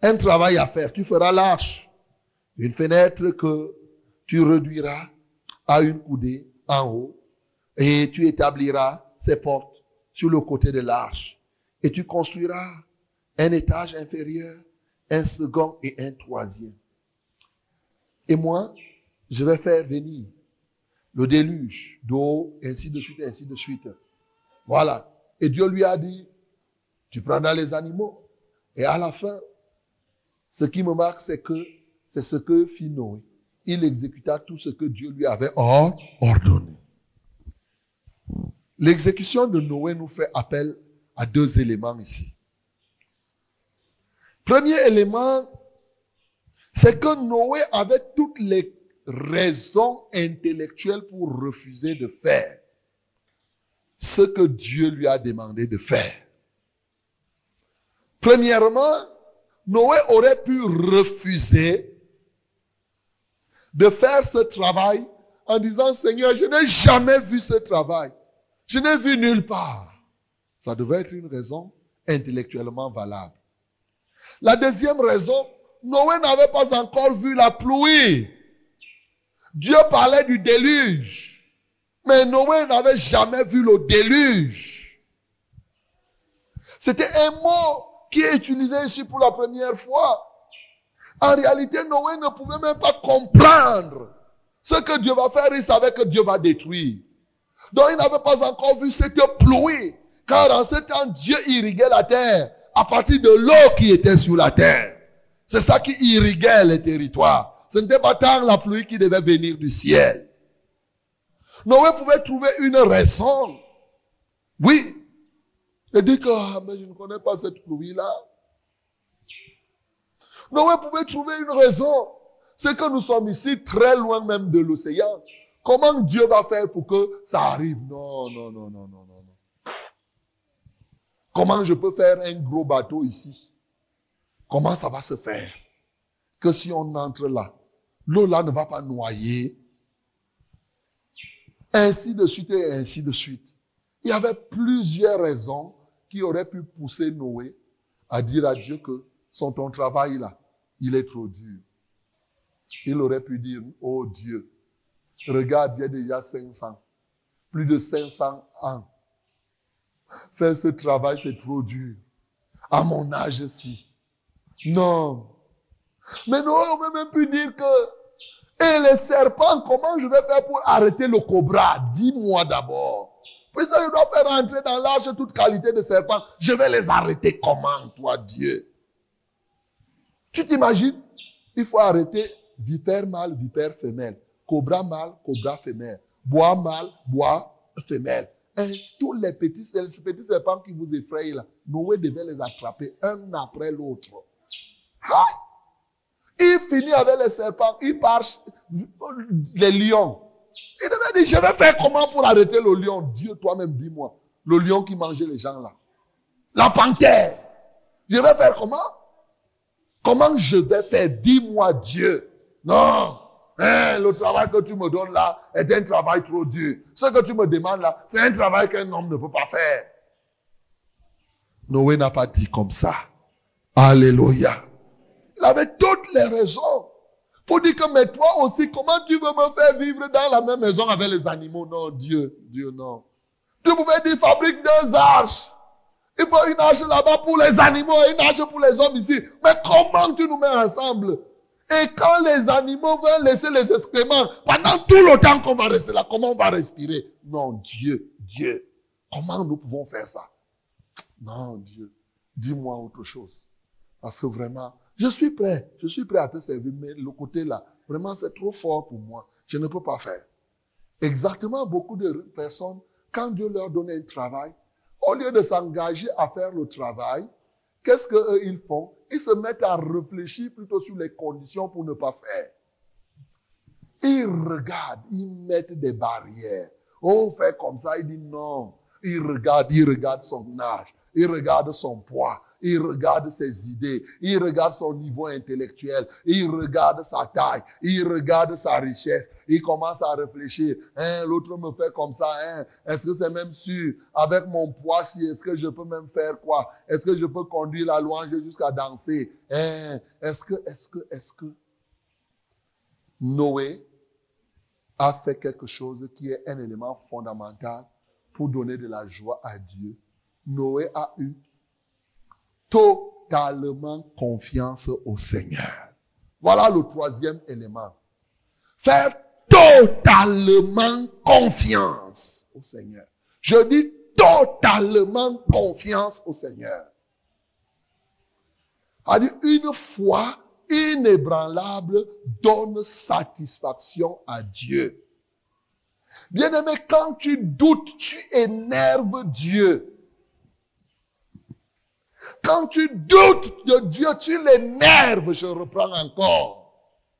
un travail à faire. Tu feras l'arche. Une fenêtre que tu réduiras à une coudée en haut et tu établiras ses portes sur le côté de l'arche. Et tu construiras un étage inférieur, un second et un troisième. Et moi, je vais faire venir le déluge d'eau, ainsi de suite, ainsi de suite. Voilà. Et Dieu lui a dit, tu prendras les animaux. Et à la fin, ce qui me marque, c'est ce que fit Noé. Il exécuta tout ce que Dieu lui avait ordonné. L'exécution de Noé nous fait appel à deux éléments ici. Premier élément, c'est que Noé avait toutes les raisons intellectuelles pour refuser de faire ce que Dieu lui a demandé de faire. Premièrement, Noé aurait pu refuser de faire ce travail en disant, Seigneur, je n'ai jamais vu ce travail. Je n'ai vu nulle part. Ça devait être une raison intellectuellement valable. La deuxième raison, Noé n'avait pas encore vu la pluie. Dieu parlait du déluge. Mais Noé n'avait jamais vu le déluge. C'était un mot qui est utilisé ici pour la première fois. En réalité, Noé ne pouvait même pas comprendre ce que Dieu va faire. Il savait que Dieu va détruire. Donc il n'avait pas encore vu cette pluie. Car en ce temps, Dieu irriguait la terre à partir de l'eau qui était sur la terre. C'est ça qui irriguait les territoires. Ce n'était pas tant la pluie qui devait venir du ciel. Noé pouvait trouver une raison. Oui. Il dit que mais je ne connais pas cette pluie-là. Noé pouvait trouver une raison. C'est que nous sommes ici très loin même de l'océan. Comment Dieu va faire pour que ça arrive? Non. Comment je peux faire un gros bateau ici? Comment ça va se faire? Que si on entre là, l'eau là ne va pas noyer. Ainsi de suite et ainsi de suite. Il y avait plusieurs raisons qui auraient pu pousser Noé à dire à Dieu que ton travail là, il est trop dur. Il aurait pu dire, oh Dieu, regarde, il y a déjà 500, plus de 500 ans. Faire ce travail, c'est trop dur. À mon âge-ci. Non. Mais Noé aurait même pu dire que, et les serpents, comment je vais faire pour arrêter le cobra? Dis-moi d'abord. Puisque je dois faire entrer dans l'arche toute qualité de serpents, je vais les arrêter comment, toi, Dieu? Tu t'imagines? Il faut arrêter vipère mâle, vipère femelle. Cobra mâle, cobra femelle. Bois mâle, bois femelle. Et tous les petits serpents qui vous effrayent là, Noé devait les attraper un après l'autre. Il finit avec les serpents, il part les lions. Il devait dire, je vais faire comment pour arrêter le lion? Dieu, toi-même, dis-moi. Le lion qui mangeait les gens là. La panthère. Je vais faire comment? Comment je vais faire? Dis-moi, Dieu. Non. Le travail que tu me donnes là est un travail trop dur. Ce que tu me demandes là, c'est un travail qu'un homme ne peut pas faire. Noé n'a pas dit comme ça. Alléluia. Il avait toutes les raisons pour dire que, mais toi aussi, comment tu veux me faire vivre dans la même maison avec les animaux? Non, Dieu, non. Tu pouvais dire, fabrique 2 arches. Il faut une arche là-bas pour les animaux et une arche pour les hommes ici. Mais comment tu nous mets ensemble? Et quand les animaux veulent laisser les excréments, pendant tout le temps qu'on va rester là, comment on va respirer? Non, Dieu, comment nous pouvons faire ça? Non, Dieu, dis-moi autre chose. Parce que vraiment, je suis prêt à te servir, mais le côté là, vraiment c'est trop fort pour moi. Je ne peux pas faire. Exactement, beaucoup de personnes, quand Dieu leur donne un travail, au lieu de s'engager à faire le travail, qu'est-ce qu'eux ils font? Ils se mettent à réfléchir plutôt sur les conditions pour ne pas faire. Ils regardent, ils mettent des barrières. Oh, fait comme ça, il dit non. Il regarde son âge. il regarde son poids, il regarde ses idées, il regarde son niveau intellectuel, il regarde sa taille, il regarde sa richesse, il commence à réfléchir. L'autre me fait comme ça, est-ce que c'est même sûr, avec mon poids, est-ce que je peux même faire quoi? Est-ce que je peux conduire la louange jusqu'à danser? Est-ce que Noé a fait quelque chose qui est un élément fondamental pour donner de la joie à Dieu? Noé a eu totalement confiance au Seigneur. Voilà le troisième élément. Faire totalement confiance au Seigneur. Je dis totalement confiance au Seigneur. C'est-à-dire une foi inébranlable donne satisfaction à Dieu. Bien-aimé, quand tu doutes, tu énerves Dieu. Quand tu doutes de Dieu, tu l'énerves, je reprends encore.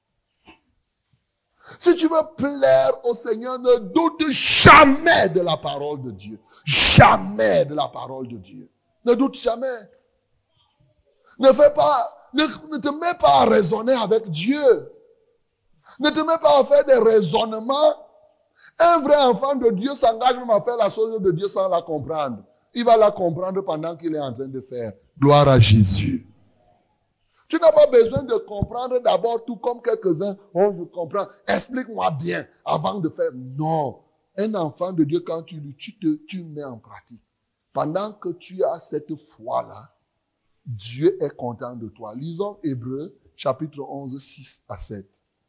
Si tu veux plaire au Seigneur, ne doute jamais de la parole de Dieu. Jamais de la parole de Dieu. Ne doute jamais. Ne te mets pas à raisonner avec Dieu. Ne te mets pas à faire des raisonnements. Un vrai enfant de Dieu s'engage même à faire la chose de Dieu sans la comprendre. Il va la comprendre pendant qu'il est en train de faire. Gloire à Jésus. Tu n'as pas besoin de comprendre d'abord tout comme quelques-uns. Oh, je comprends. Explique-moi bien avant de faire. Non. Un enfant de Dieu, quand tu mets en pratique. Pendant que tu as cette foi-là, Dieu est content de toi. Lisons Hébreux, chapitre 11, 6 à 7.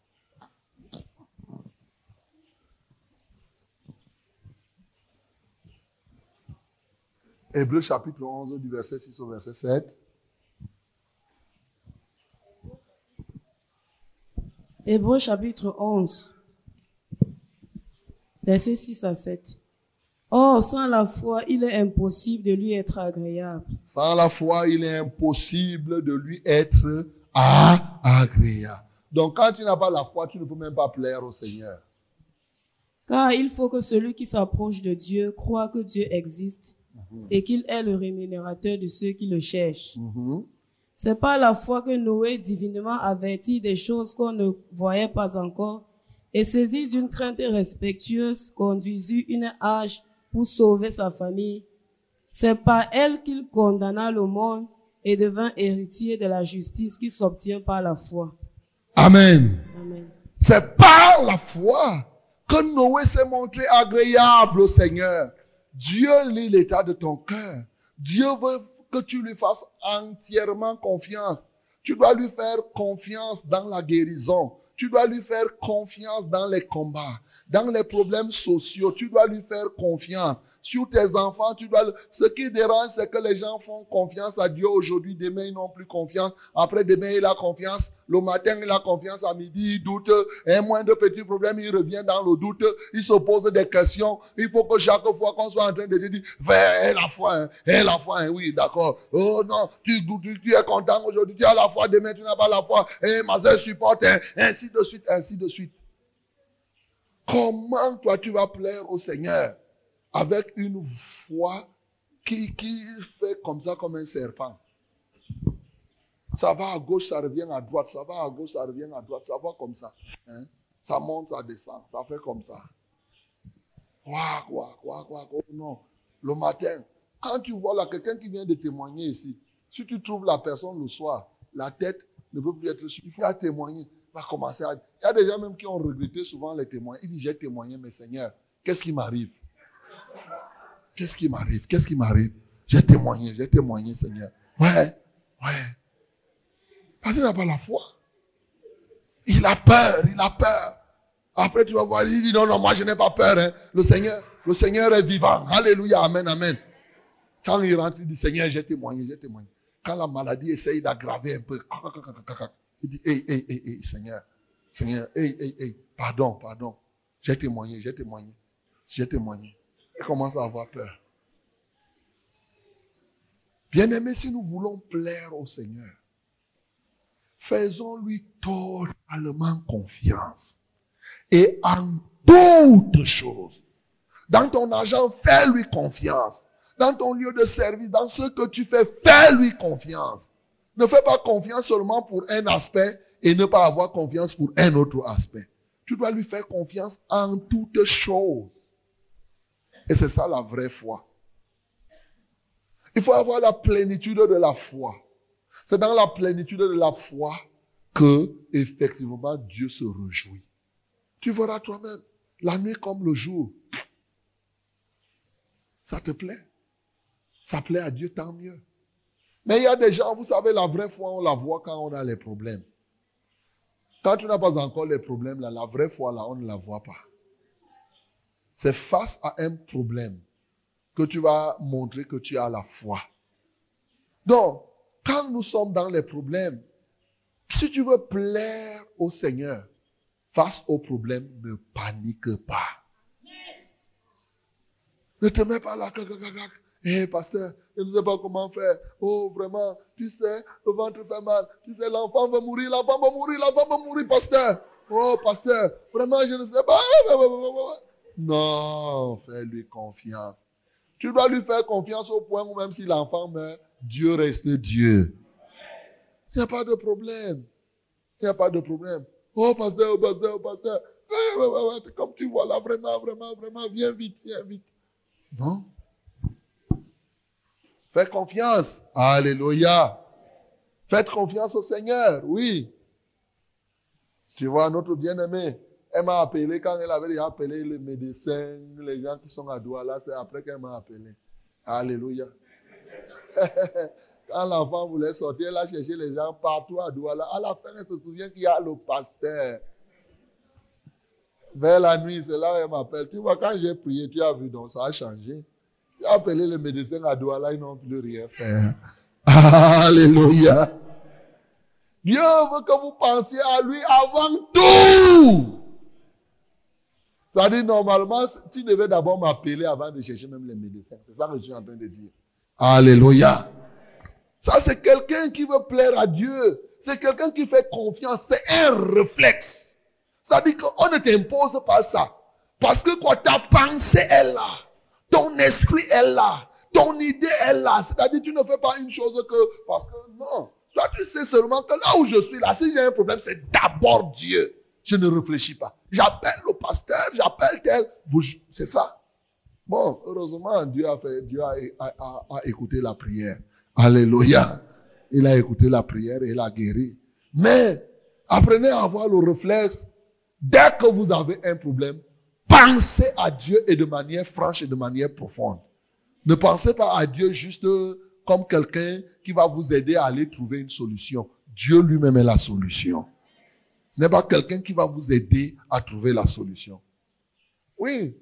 Hébreux chapitre 11, du verset 6 au verset 7. Hébreux chapitre 11, verset 6 à 7. Or, sans la foi, il est impossible de lui être agréable. Sans la foi, il est impossible de lui être agréable. Donc, quand tu n'as pas la foi, tu ne peux même pas plaire au Seigneur. Car il faut que celui qui s'approche de Dieu croit que Dieu existe et qu'il est le rémunérateur de ceux qui le cherchent. C'est par la foi que Noé, divinement averti des choses qu'on ne voyait pas encore, et saisi d'une crainte respectueuse, conduisit une arche pour sauver sa famille. C'est par elle qu'il condamna le monde et devint héritier de la justice qui s'obtient par la foi. Amen. Amen. C'est par la foi que Noé s'est montré agréable au Seigneur. Dieu lit l'état de ton cœur. Dieu veut que tu lui fasses entièrement confiance. Tu dois lui faire confiance dans la guérison. Tu dois lui faire confiance dans les combats, dans les problèmes sociaux. Tu dois lui faire confiance. Sur tes enfants, ce qui dérange, c'est que les gens font confiance à Dieu aujourd'hui. Demain, ils n'ont plus confiance. Après, demain, il a confiance. Le matin, il a confiance. À midi, il doute. Un moindre petit problème, il revient dans le doute. Il se pose des questions. Il faut que chaque fois qu'on soit en train de dire, vers la foi, la foi, oui, d'accord. Oh non, tu es content aujourd'hui, tu as la foi. Demain, tu n'as pas la foi. Ma soeur supporte, ainsi de suite, ainsi de suite. Comment toi, tu vas plaire au Seigneur? Avec une foi qui fait comme ça, comme un serpent. Ça va à gauche, ça revient à droite. Ça va à gauche, ça revient à droite. Ça va comme ça. Ça monte, ça descend. Ça fait comme ça. Quoi. Oh non. Le matin, quand tu vois là quelqu'un qui vient de témoigner ici, si tu trouves la personne le soir, la tête ne peut plus être suffisante. Il faut témoigner. Il va commencer à... Il y a des gens même qui ont regretté souvent les témoins. Il dit, j'ai témoigné, mais Seigneur, qu'est-ce qui m'arrive? Qu'est-ce qui m'arrive? Qu'est-ce qui m'arrive? J'ai témoigné, Seigneur. Ouais. Parce qu'il n'a pas la foi. Il a peur. Après, tu vas voir, il dit, non, moi, je n'ai pas peur. Le Seigneur est vivant. Alléluia, amen, amen. Quand il rentre, il dit, Seigneur, j'ai témoigné. Quand la maladie essaye d'aggraver un peu, il dit, hey, Seigneur, pardon. J'ai témoigné. Il commence à avoir peur. Bien-aimés, si nous voulons plaire au Seigneur, faisons-lui totalement confiance. Et en toutes choses, dans ton argent, fais-lui confiance. dans ton lieu de service, dans ce que tu fais, fais-lui confiance. Ne fais pas confiance seulement pour un aspect et ne pas avoir confiance pour un autre aspect. Tu dois lui faire confiance en toutes choses. Et c'est ça la vraie foi. Il faut avoir la plénitude de la foi. C'est dans la plénitude de la foi que, effectivement, Dieu se réjouit. Tu verras toi-même, la nuit comme le jour. Ça te plaît? Ça plaît à Dieu, tant mieux. Mais il y a des gens, vous savez, la vraie foi, on la voit quand on a les problèmes. Quand tu n'as pas encore les problèmes, là, la vraie foi, là, on ne la voit pas. C'est face à un problème que tu vas montrer que tu as la foi. Donc, quand nous sommes dans les problèmes, si tu veux plaire au Seigneur, face aux problèmes, ne panique pas. Ne te mets pas là. Hé, pasteur, je ne sais pas comment faire. Oh, vraiment, tu sais, le ventre fait mal. Tu sais, l'enfant va mourir, pasteur. Oh, pasteur, vraiment, je ne sais pas. Non, fais-lui confiance. Tu dois lui faire confiance au point où même si l'enfant meurt, Dieu reste Dieu. Il n'y a pas de problème. Il n'y a pas de problème. Oh, pasteur. Comme tu vois là, vraiment, viens vite. Non. Faites confiance. Alléluia. Faites confiance au Seigneur, oui. Tu vois, notre bien-aimée, elle m'a appelé quand elle avait déjà appelé les médecins, les gens qui sont à Douala, c'est après qu'elle m'a appelé. Alléluia. Quand l'enfant voulait sortir, elle a cherché les gens partout à Douala. À la fin, elle se souvient qu'il y a le pasteur. Vers la nuit, c'est là où elle m'appelle. Tu vois, quand j'ai prié, tu as vu, donc ça a changé. Tu as appelé les médecins à Douala, ils n'ont plus rien fait. Alléluia. Dieu veut que vous pensiez à lui avant tout. C'est-à-dire, normalement, tu devais d'abord m'appeler avant de chercher même les médecins. C'est ça que je suis en train de dire. Alléluia. Ça, c'est quelqu'un qui veut plaire à Dieu. C'est quelqu'un qui fait confiance. C'est un réflexe. C'est-à-dire qu'on ne t'impose pas ça. Parce que quoi, ta pensée est là. Ton esprit est là. Ton idée est là. C'est-à-dire, tu ne fais pas une chose que... Parce que non. Toi, tu sais seulement que là où je suis, là, si j'ai un problème, c'est d'abord Dieu. Je ne réfléchis pas. J'appelle le pasteur, j'appelle tel. C'est ça. Bon, heureusement, Dieu a écouté la prière. Alléluia. Il a écouté la prière et il a guéri. Mais, apprenez à avoir le réflexe. Dès que vous avez un problème, pensez à Dieu et de manière franche et de manière profonde. Ne pensez pas à Dieu juste comme quelqu'un qui va vous aider à aller trouver une solution. Dieu lui-même est la solution. Ce n'est pas quelqu'un qui va vous aider à trouver la solution. Oui.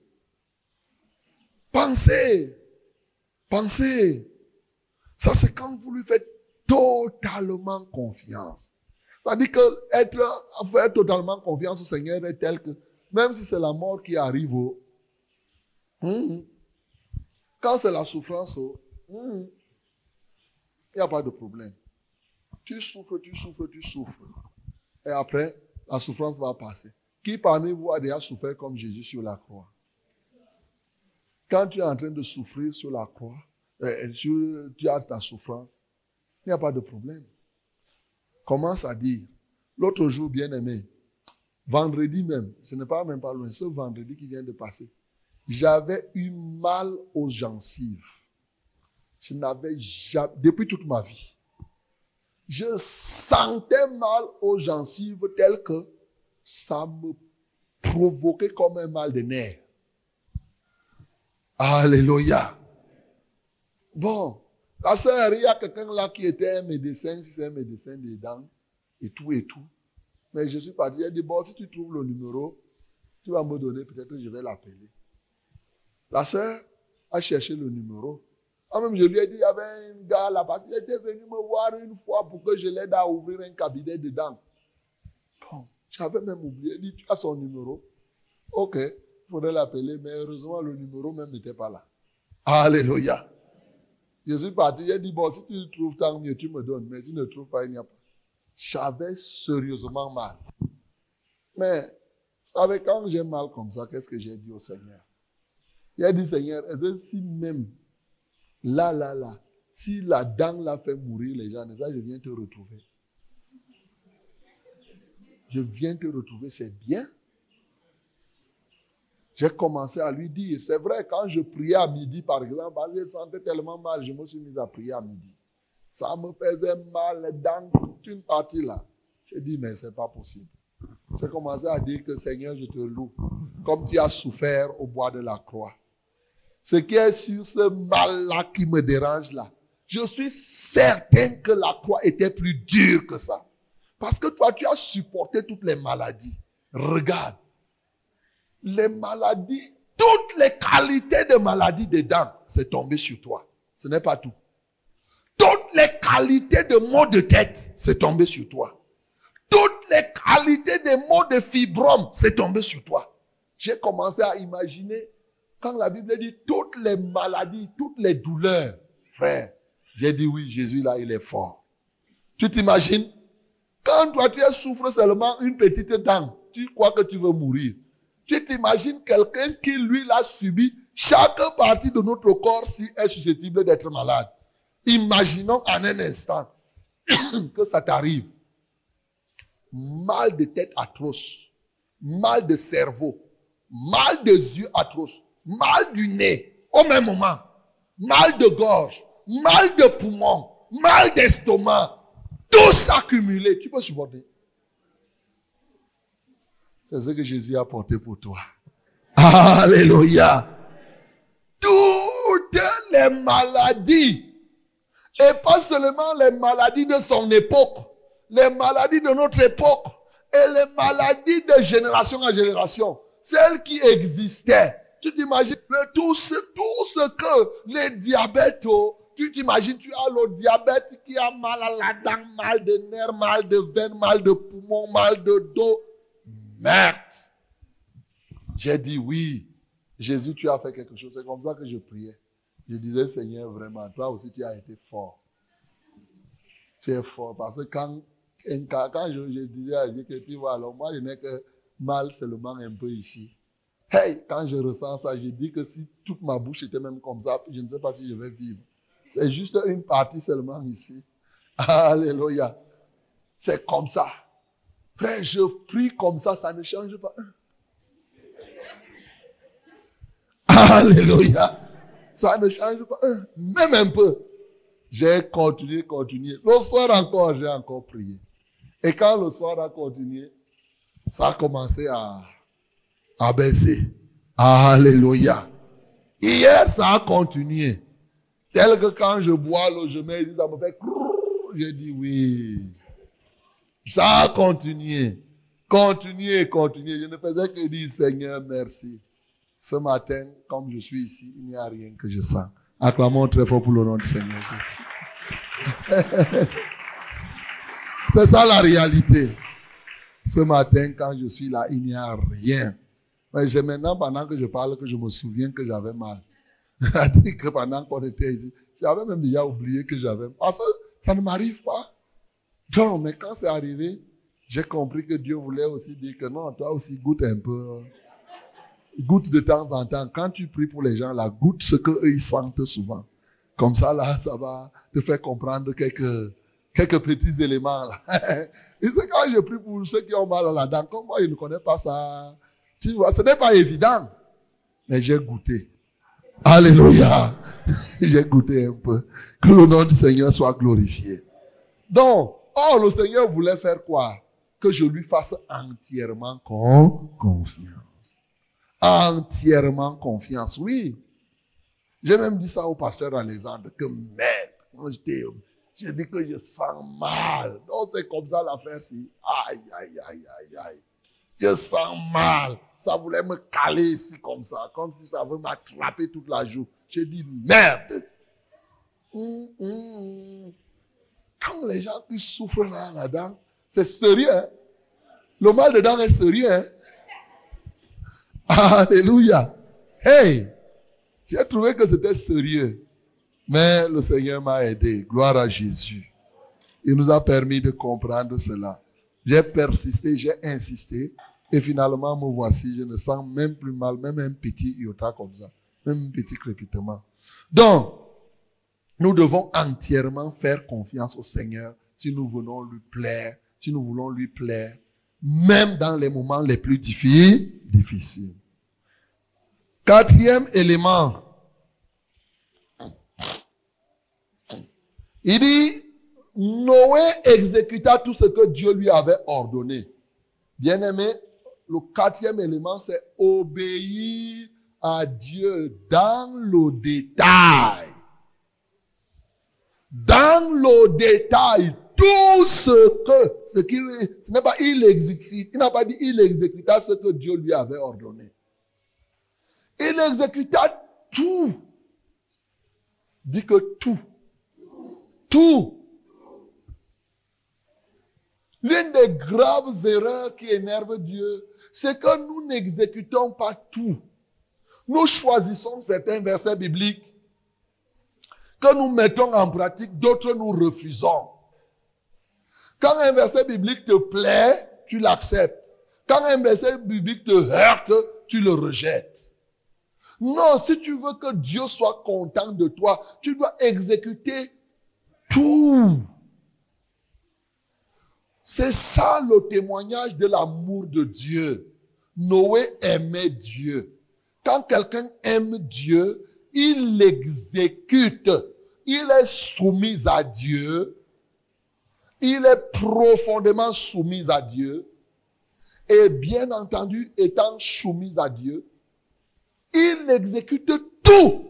Pensez. Ça, c'est quand vous lui faites totalement confiance. C'est-à-dire que faire totalement confiance au Seigneur est tel que, même si c'est la mort qui arrive, quand c'est la souffrance, il n'y a pas de problème. Tu souffres. Et après, la souffrance va passer. Qui parmi vous a déjà souffert comme Jésus sur la croix? Quand tu es en train de souffrir sur la croix, tu as ta souffrance, il n'y a pas de problème. Commence à dire, l'autre jour, bien-aimé, vendredi même, ce n'est pas même pas loin, ce vendredi qui vient de passer, j'avais eu mal aux gencives. Je n'avais jamais, depuis toute ma vie, je sentais mal aux gencives tel que ça me provoquait comme un mal de nerfs. Alléluia. Bon, la sœur, il y a quelqu'un là qui était un médecin, si c'est un médecin des dents, et tout. Mais je suis parti, elle dit, bon, si tu trouves le numéro, tu vas me donner, peut-être que je vais l'appeler. La sœur a cherché le numéro. Même je lui ai dit, il y avait un gars là-bas, il était venu me voir une fois pour que je l'aide à ouvrir un cabinet de dents. Bon, j'avais même oublié, il dit, tu as son numéro? Ok, il faudrait l'appeler, mais heureusement, le numéro même n'était pas là. Alléluia. Je suis parti, j'ai dit, bon, si tu le trouves, tant mieux, tu me donnes, mais si tu ne le trouves pas, il n'y a pas. J'avais sérieusement mal. Mais, vous savez, quand j'ai mal comme ça, qu'est-ce que j'ai dit au Seigneur? Il a dit, Seigneur, est-ce si même Là. Si la dent l'a fait mourir les gens, ça, je viens te retrouver. Je viens te retrouver, c'est bien. J'ai commencé à lui dire, c'est vrai, quand je priais à midi, par exemple, parce que je sentais tellement mal, je me suis mis à prier à midi. Ça me faisait mal, les dents, toute une partie là. J'ai dit, mais c'est pas possible. J'ai commencé à dire que Seigneur, je te loue, comme tu as souffert au bois de la croix. Ce qui est sur ce mal-là qui me dérange là, je suis certain que la croix était plus dure que ça. Parce que toi, tu as supporté toutes les maladies. Regarde. Les maladies, toutes les qualités de maladies des dents, c'est tombé sur toi. Ce n'est pas tout. Toutes les qualités de maux de tête, c'est tombé sur toi. Toutes les qualités des maux de fibrome, c'est tombé sur toi. J'ai commencé à imaginer, quand la Bible dit toutes les maladies, toutes les douleurs, frère, j'ai dit oui, Jésus là, il est fort. Tu t'imagines? Quand toi, tu souffres seulement une petite dent, tu crois que tu veux mourir. Tu t'imagines quelqu'un qui, lui, l'a subi, chaque partie de notre corps si est susceptible d'être malade. Imaginons en un instant que ça t'arrive. Mal de tête atroce, mal de cerveau, mal des yeux atroce, mal du nez au même moment, mal de gorge, mal de poumon, mal d'estomac, tout s'accumuler. Tu peux supporter? C'est ce que Jésus a porté pour toi. Alléluia. Toutes les maladies, et pas seulement les maladies de son époque, les maladies de notre époque, et les maladies de génération en génération, celles qui existaient. Tu t'imagines tout ce que les diabètes, tu t'imagines, tu as le diabète qui a mal à la dent, mal de nerfs, mal de veines, mal de poumons, mal de dos. Merde. J'ai dit oui. Jésus, tu as fait quelque chose. C'est comme ça que je priais. Je disais, Seigneur, vraiment, toi aussi tu as été fort. Tu es fort. Parce que quand je disais à Dieu que tu vois, alors moi je n'ai que mal seulement un peu ici. Hey, quand je ressens ça, je dis que si toute ma bouche était même comme ça, je ne sais pas si je vais vivre. C'est juste une partie seulement ici. Alléluia. C'est comme ça. Frère, je prie comme ça ne change pas. Alléluia. Ça ne change pas. Même un peu. J'ai continué. Le soir encore, j'ai encore prié. Et quand le soir a continué, ça a commencé à baisser. Alléluia. Hier, ça a continué. Tel que quand je bois l'eau, je me dis, ça me fait crrrr. J'ai dit oui. Ça a continué. Continué. Je ne faisais que dire, Seigneur, merci. Ce matin, comme je suis ici, il n'y a rien que je sens. Acclamons très fort pour le nom du Seigneur Jésus. C'est ça la réalité. Ce matin, quand je suis là, il n'y a rien. Mais c'est maintenant, pendant que je parle, que je me souviens que j'avais mal. C'est-à-dire que pendant qu'on était ici, j'avais même déjà oublié que j'avais mal. Parce que ça ne m'arrive pas. Non, mais quand c'est arrivé, j'ai compris que Dieu voulait aussi dire que non, toi aussi goûte un peu. Goûte de temps en temps. Quand tu pries pour les gens, là, goûte ce qu'eux ils sentent souvent. Comme ça, là, ça va te faire comprendre quelques petits éléments, là. Et c'est quand je prie pour ceux qui ont mal à la dent, comme moi, je ne connais pas ça. Tu vois, ce n'est pas évident. Mais j'ai goûté. Alléluia. J'ai goûté un peu. Que le nom du Seigneur soit glorifié. Donc, le Seigneur voulait faire quoi? Que je lui fasse entièrement confiance. Entièrement confiance, oui. J'ai même dit ça au pasteur Alexandre, que merde, quand j'ai dit que je sens mal. Donc c'est comme ça l'affaire-ci. Aïe. Je sens mal. Ça voulait me caler ici comme ça, comme si ça veut m'attraper toute la joue. J'ai dit merde. Quand les gens qui souffrent là-dedans, c'est sérieux. Hein? Le mal dedans est sérieux. Hein? Alléluia. Hey, j'ai trouvé que c'était sérieux. Mais le Seigneur m'a aidé. Gloire à Jésus. Il nous a permis de comprendre cela. J'ai persisté, j'ai insisté. Et finalement, me voici. Je ne sens même plus mal. Même un petit iota comme ça. Même un petit crépitement. Donc, Nous devons entièrement faire confiance au Seigneur si nous voulons lui plaire, même dans les moments les plus difficiles. Quatrième élément. Il dit, Noé exécuta tout ce que Dieu lui avait ordonné. Bien-aimé, le quatrième élément, c'est obéir à Dieu dans le détail. Dans le détail, tout ce n'est pas il n'a pas dit il exécuta ce que Dieu lui avait ordonné. Il exécuta tout. Dit que tout. Tout. L'une des graves erreurs qui énerve Dieu, c'est que nous n'exécutons pas tout. Nous choisissons certains versets bibliques que nous mettons en pratique, d'autres nous refusons. Quand un verset biblique te plaît, tu l'acceptes. Quand un verset biblique te heurte, tu le rejettes. Non, si tu veux que Dieu soit content de toi, tu dois exécuter tout. C'est ça le témoignage de l'amour de Dieu. Noé aimait Dieu. Quand quelqu'un aime Dieu, il l'exécute. Il est soumis à Dieu. Il est profondément soumis à Dieu. Et bien entendu, étant soumis à Dieu, il exécute tout.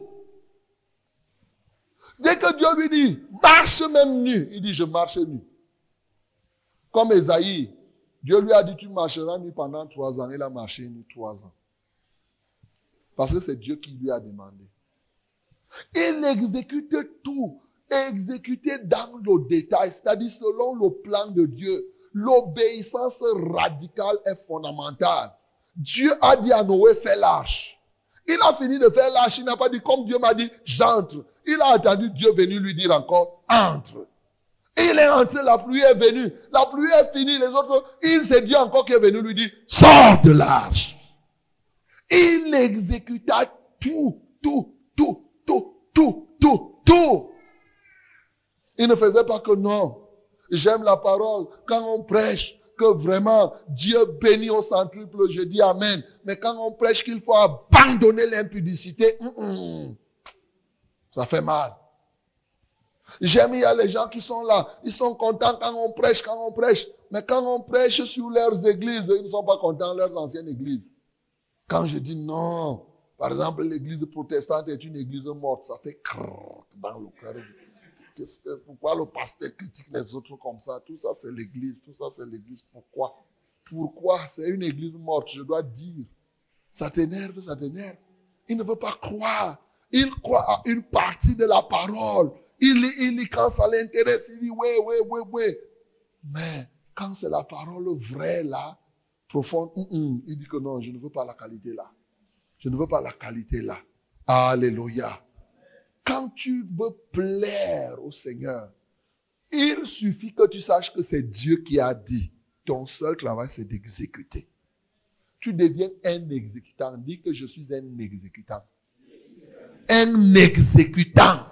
Dès que Dieu lui dit, marche même nu, il dit, je marche nu. Comme Esaïe, Dieu lui a dit, tu marcheras nu pendant 3 ans. Il a marché nu 3 ans. Parce que c'est Dieu qui lui a demandé. Il exécute tout, exécuté dans le détail, c'est-à-dire selon le plan de Dieu. L'obéissance radicale est fondamentale. Dieu a dit à Noé, fais l'arche. Il a fini de faire l'arche, il n'a pas dit, comme Dieu m'a dit, j'entre. Il a attendu Dieu venir lui dire encore, entre. Il est entré, la pluie est venue. La pluie est finie, les autres, c'est Dieu encore qui est venu lui dire, sors de l'arche. Il exécuta tout. Il ne faisait pas que non. J'aime la parole. Quand on prêche que vraiment Dieu bénit au centuple, je dis amen. Mais quand on prêche qu'il faut abandonner l'impudicité, ça fait mal. J'aime, il y a les gens qui sont là. Ils sont contents quand on prêche. Mais quand on prêche sur leurs églises, ils ne sont pas contents, leurs anciennes églises. Quand je dis non, par exemple, l'église protestante est une église morte, ça fait crrrr dans le cœur. Pourquoi le pasteur critique les autres comme ça? Tout ça, c'est l'église. Pourquoi? C'est une église morte, je dois dire. Ça t'énerve. Il ne veut pas croire. Il croit à une partie de la parole. Il quand ça l'intéresse, il dit oui. Mais quand c'est la parole vraie là, profonde, il dit que non, je ne veux pas la qualité là. Alléluia. Quand tu veux plaire au Seigneur, il suffit que tu saches que c'est Dieu qui a dit. Ton seul travail, c'est d'exécuter. Tu deviens un exécutant. Dis que je suis un exécutant. Un exécutant.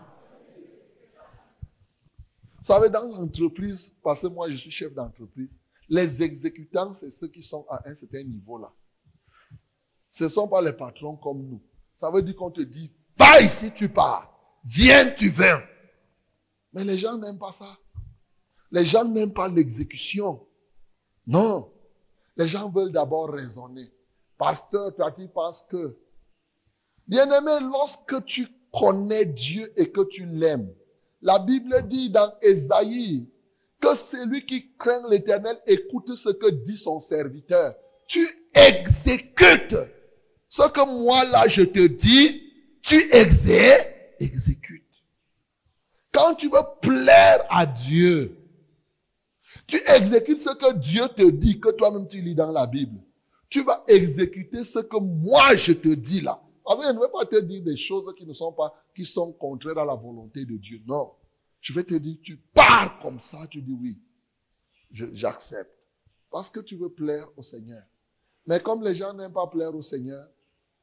Vous savez, dans l'entreprise, parce que moi je suis chef d'entreprise, les exécutants, c'est ceux qui sont à un certain niveau là. Ce ne sont pas les patrons comme nous. Ça veut dire qu'on te dit, va ici, tu pars. Viens, tu viens. Mais les gens n'aiment pas ça. Les gens n'aiment pas l'exécution. Non. Les gens veulent d'abord raisonner. Pasteur, toi, tu penses que... Bien-aimé, lorsque tu connais Dieu et que tu l'aimes, la Bible dit dans Ésaïe que celui qui craint l'Éternel écoute ce que dit son serviteur. Tu exécutes ce que moi là je te dis, tu exécutes. Quand tu veux plaire à Dieu, tu exécutes ce que Dieu te dit, que toi-même tu lis dans la Bible. Tu vas exécuter ce que moi je te dis là. Parce que je ne vais pas te dire des choses qui sont contraires à la volonté de Dieu. Non. Je vais te dire, tu pars comme ça, tu dis oui. J'accepte. Parce que tu veux plaire au Seigneur. Mais comme les gens n'aiment pas plaire au Seigneur,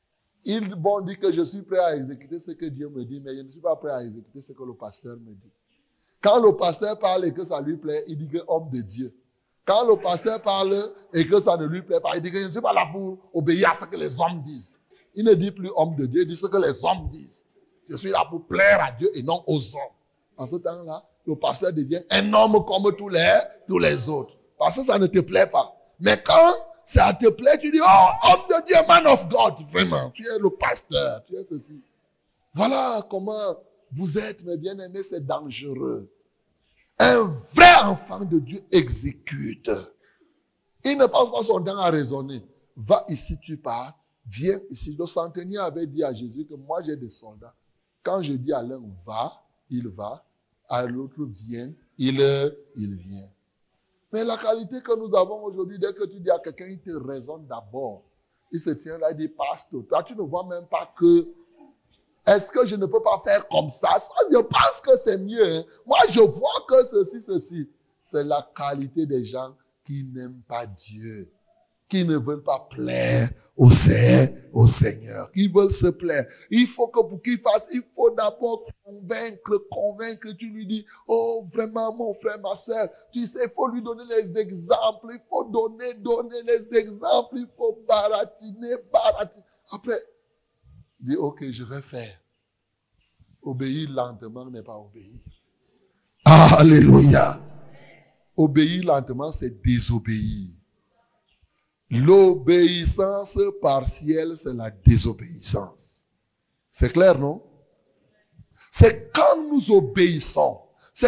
Ils vont dire que je suis prêt à exécuter ce que Dieu me dit, mais je ne suis pas prêt à exécuter ce que le pasteur me dit. Quand le pasteur parle et que ça lui plaît, il dit que homme de Dieu. Quand le pasteur parle et que ça ne lui plaît pas, il dit que je ne suis pas là pour obéir à ce que les hommes disent. Il ne dit plus homme de Dieu, il dit ce que les hommes disent. Je suis là pour plaire à Dieu et non aux hommes. En ce temps-là, le pasteur devient un homme comme tous les autres. Parce que ça ne te plaît pas. Mais quand ça te plaît, tu dis, oh, homme de Dieu, man of God, vraiment, tu es le pasteur, tu es ceci. Voilà comment vous êtes, mes bien-aimés, c'est dangereux. Un vrai enfant de Dieu exécute. Il ne passe pas son temps à raisonner. Va ici, tu pars. Viens ici. Le centenier avait dit à Jésus que moi j'ai des soldats. Quand je dis à l'un va, il va. À l'autre viens, il vient. Mais la qualité que nous avons aujourd'hui, dès que tu dis à quelqu'un, il te raisonne d'abord. Il se tient là, il dit, pasteur, toi tu ne vois même pas que, est-ce que je ne peux pas faire comme ça? Ça, je pense que c'est mieux. Hein. Moi, je vois que ceci. C'est la qualité des gens qui n'aiment pas Dieu, qui ne veulent pas plaire au Seigneur, qui veulent se plaire. Il faut que pour qu'il fasse, il faut d'abord convaincre. Tu lui dis, oh vraiment mon frère, ma soeur, tu sais, il faut lui donner les exemples, il faut donner les exemples, il faut baratiner. Après, il dit, ok, je vais faire. Obéir lentement n'est pas obéir. Alléluia. Obéir lentement, c'est désobéir. L'obéissance partielle, c'est la désobéissance. C'est clair, non? C'est quand nous obéissons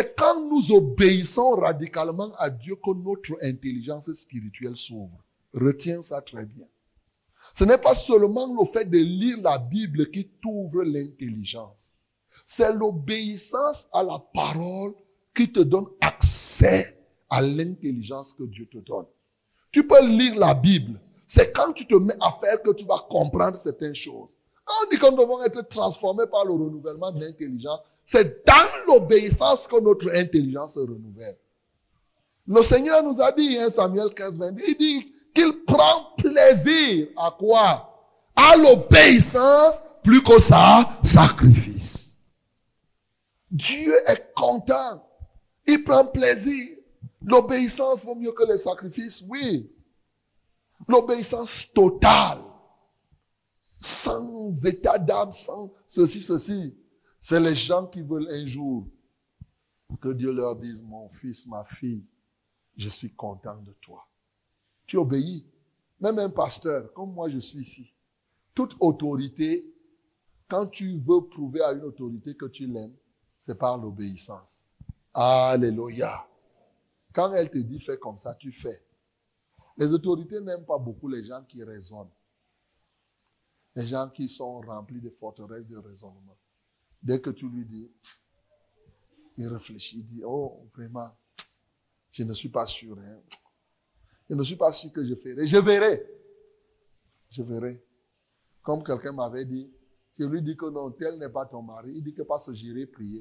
radicalement à Dieu que notre intelligence spirituelle s'ouvre. Retiens ça très bien. Ce n'est pas seulement le fait de lire la Bible qui t'ouvre l'intelligence. C'est l'obéissance à la parole qui te donne accès à l'intelligence que Dieu te donne. Tu peux lire la Bible. C'est quand tu te mets à faire que tu vas comprendre certaines choses. Quand on dit que nous devons être transformés par le renouvellement de l'intelligence, c'est dans l'obéissance que notre intelligence se renouvelle. Le Seigneur nous a dit, hein, Samuel 15, 22, il dit qu'il prend plaisir à quoi? À l'obéissance plus qu'au sacrifice. Dieu est content. Il prend plaisir. L'obéissance vaut mieux que les sacrifices, oui. L'obéissance totale. Sans état d'âme, sans ceci. C'est les gens qui veulent un jour que Dieu leur dise, mon fils, ma fille, je suis content de toi. Tu obéis. Même un pasteur, comme moi je suis ici. Toute autorité, quand tu veux prouver à une autorité que tu l'aimes, c'est par l'obéissance. Alléluia. Quand elle te dit fais comme ça, tu fais. Les autorités n'aiment pas beaucoup les gens qui raisonnent. Les gens qui sont remplis de forteresses de raisonnement. Dès que tu lui dis, il réfléchit, il dit, oh, vraiment, je ne suis pas sûr. Hein. Je ne suis pas sûr que je ferai. Je verrai. Je verrai. Comme quelqu'un m'avait dit, je lui dis que non, tel n'est pas ton mari. Il dit que parce que j'irai prier.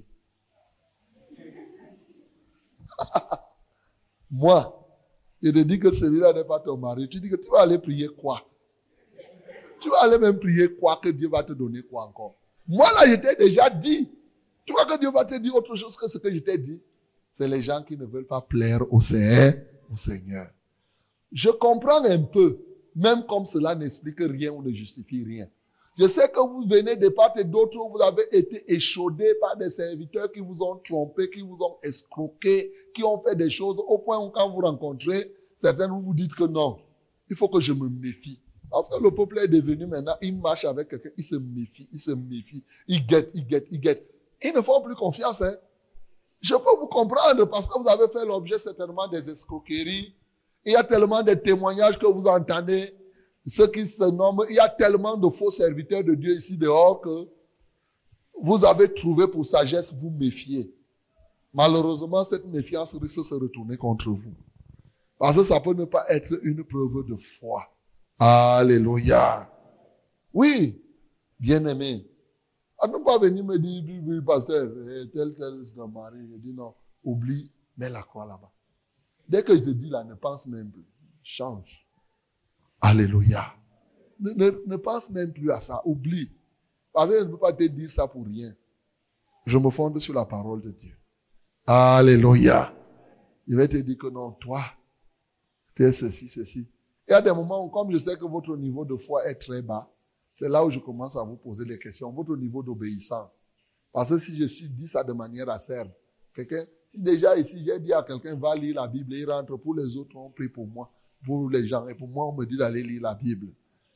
Moi, je te dis que celui-là n'est pas ton mari. Tu dis que tu vas aller prier quoi? Tu vas aller même prier quoi? Que Dieu va te donner quoi encore? Moi là, je t'ai déjà dit. Tu crois que Dieu va te dire autre chose que ce que je t'ai dit? C'est les gens qui ne veulent pas plaire au Seigneur. Je comprends un peu, même comme cela n'explique rien ou ne justifie rien. Je sais que vous venez de part et d'autre où vous avez été échaudés par des serviteurs qui vous ont trompé, qui vous ont escroqué, qui ont fait des choses au point où quand vous rencontrez, certains vous dites que non, il faut que je me méfie. Parce que le peuple est devenu maintenant, il marche avec quelqu'un, il se méfie, il guette. Ils ne font plus confiance. Hein. Je peux vous comprendre parce que vous avez fait l'objet certainement des escroqueries. Il y a tellement de témoignages que vous entendez. Ceux qui se nomment, il y a tellement de faux serviteurs de Dieu ici dehors que vous avez trouvé pour sagesse vous méfier. Malheureusement, cette méfiance risque de se retourner contre vous. Parce que ça peut ne pas être une preuve de foi. Alléluia. Oui, bien-aimé. À ne pas venir me dire, oui, pasteur, tel c'est mon mari. Je dis non, oublie, mets la croix là-bas. Dès que je te dis là, ne pense même plus. Change. Alléluia. Ne pense même plus à ça. Oublie. Parce que je ne peux pas te dire ça pour rien. Je me fonde sur la parole de Dieu. Alléluia. Il va te dire que non, toi, tu es ceci, ceci. Il y a des moments où, comme je sais que votre niveau de foi est très bas, c'est là où je commence à vous poser les questions. Votre niveau d'obéissance. Parce que si je dis ça de manière acerbe, si déjà ici j'ai dit à quelqu'un va lire la Bible, il rentre, pour les autres on prie pour moi, pour les gens, et pour moi on me dit d'aller lire la Bible.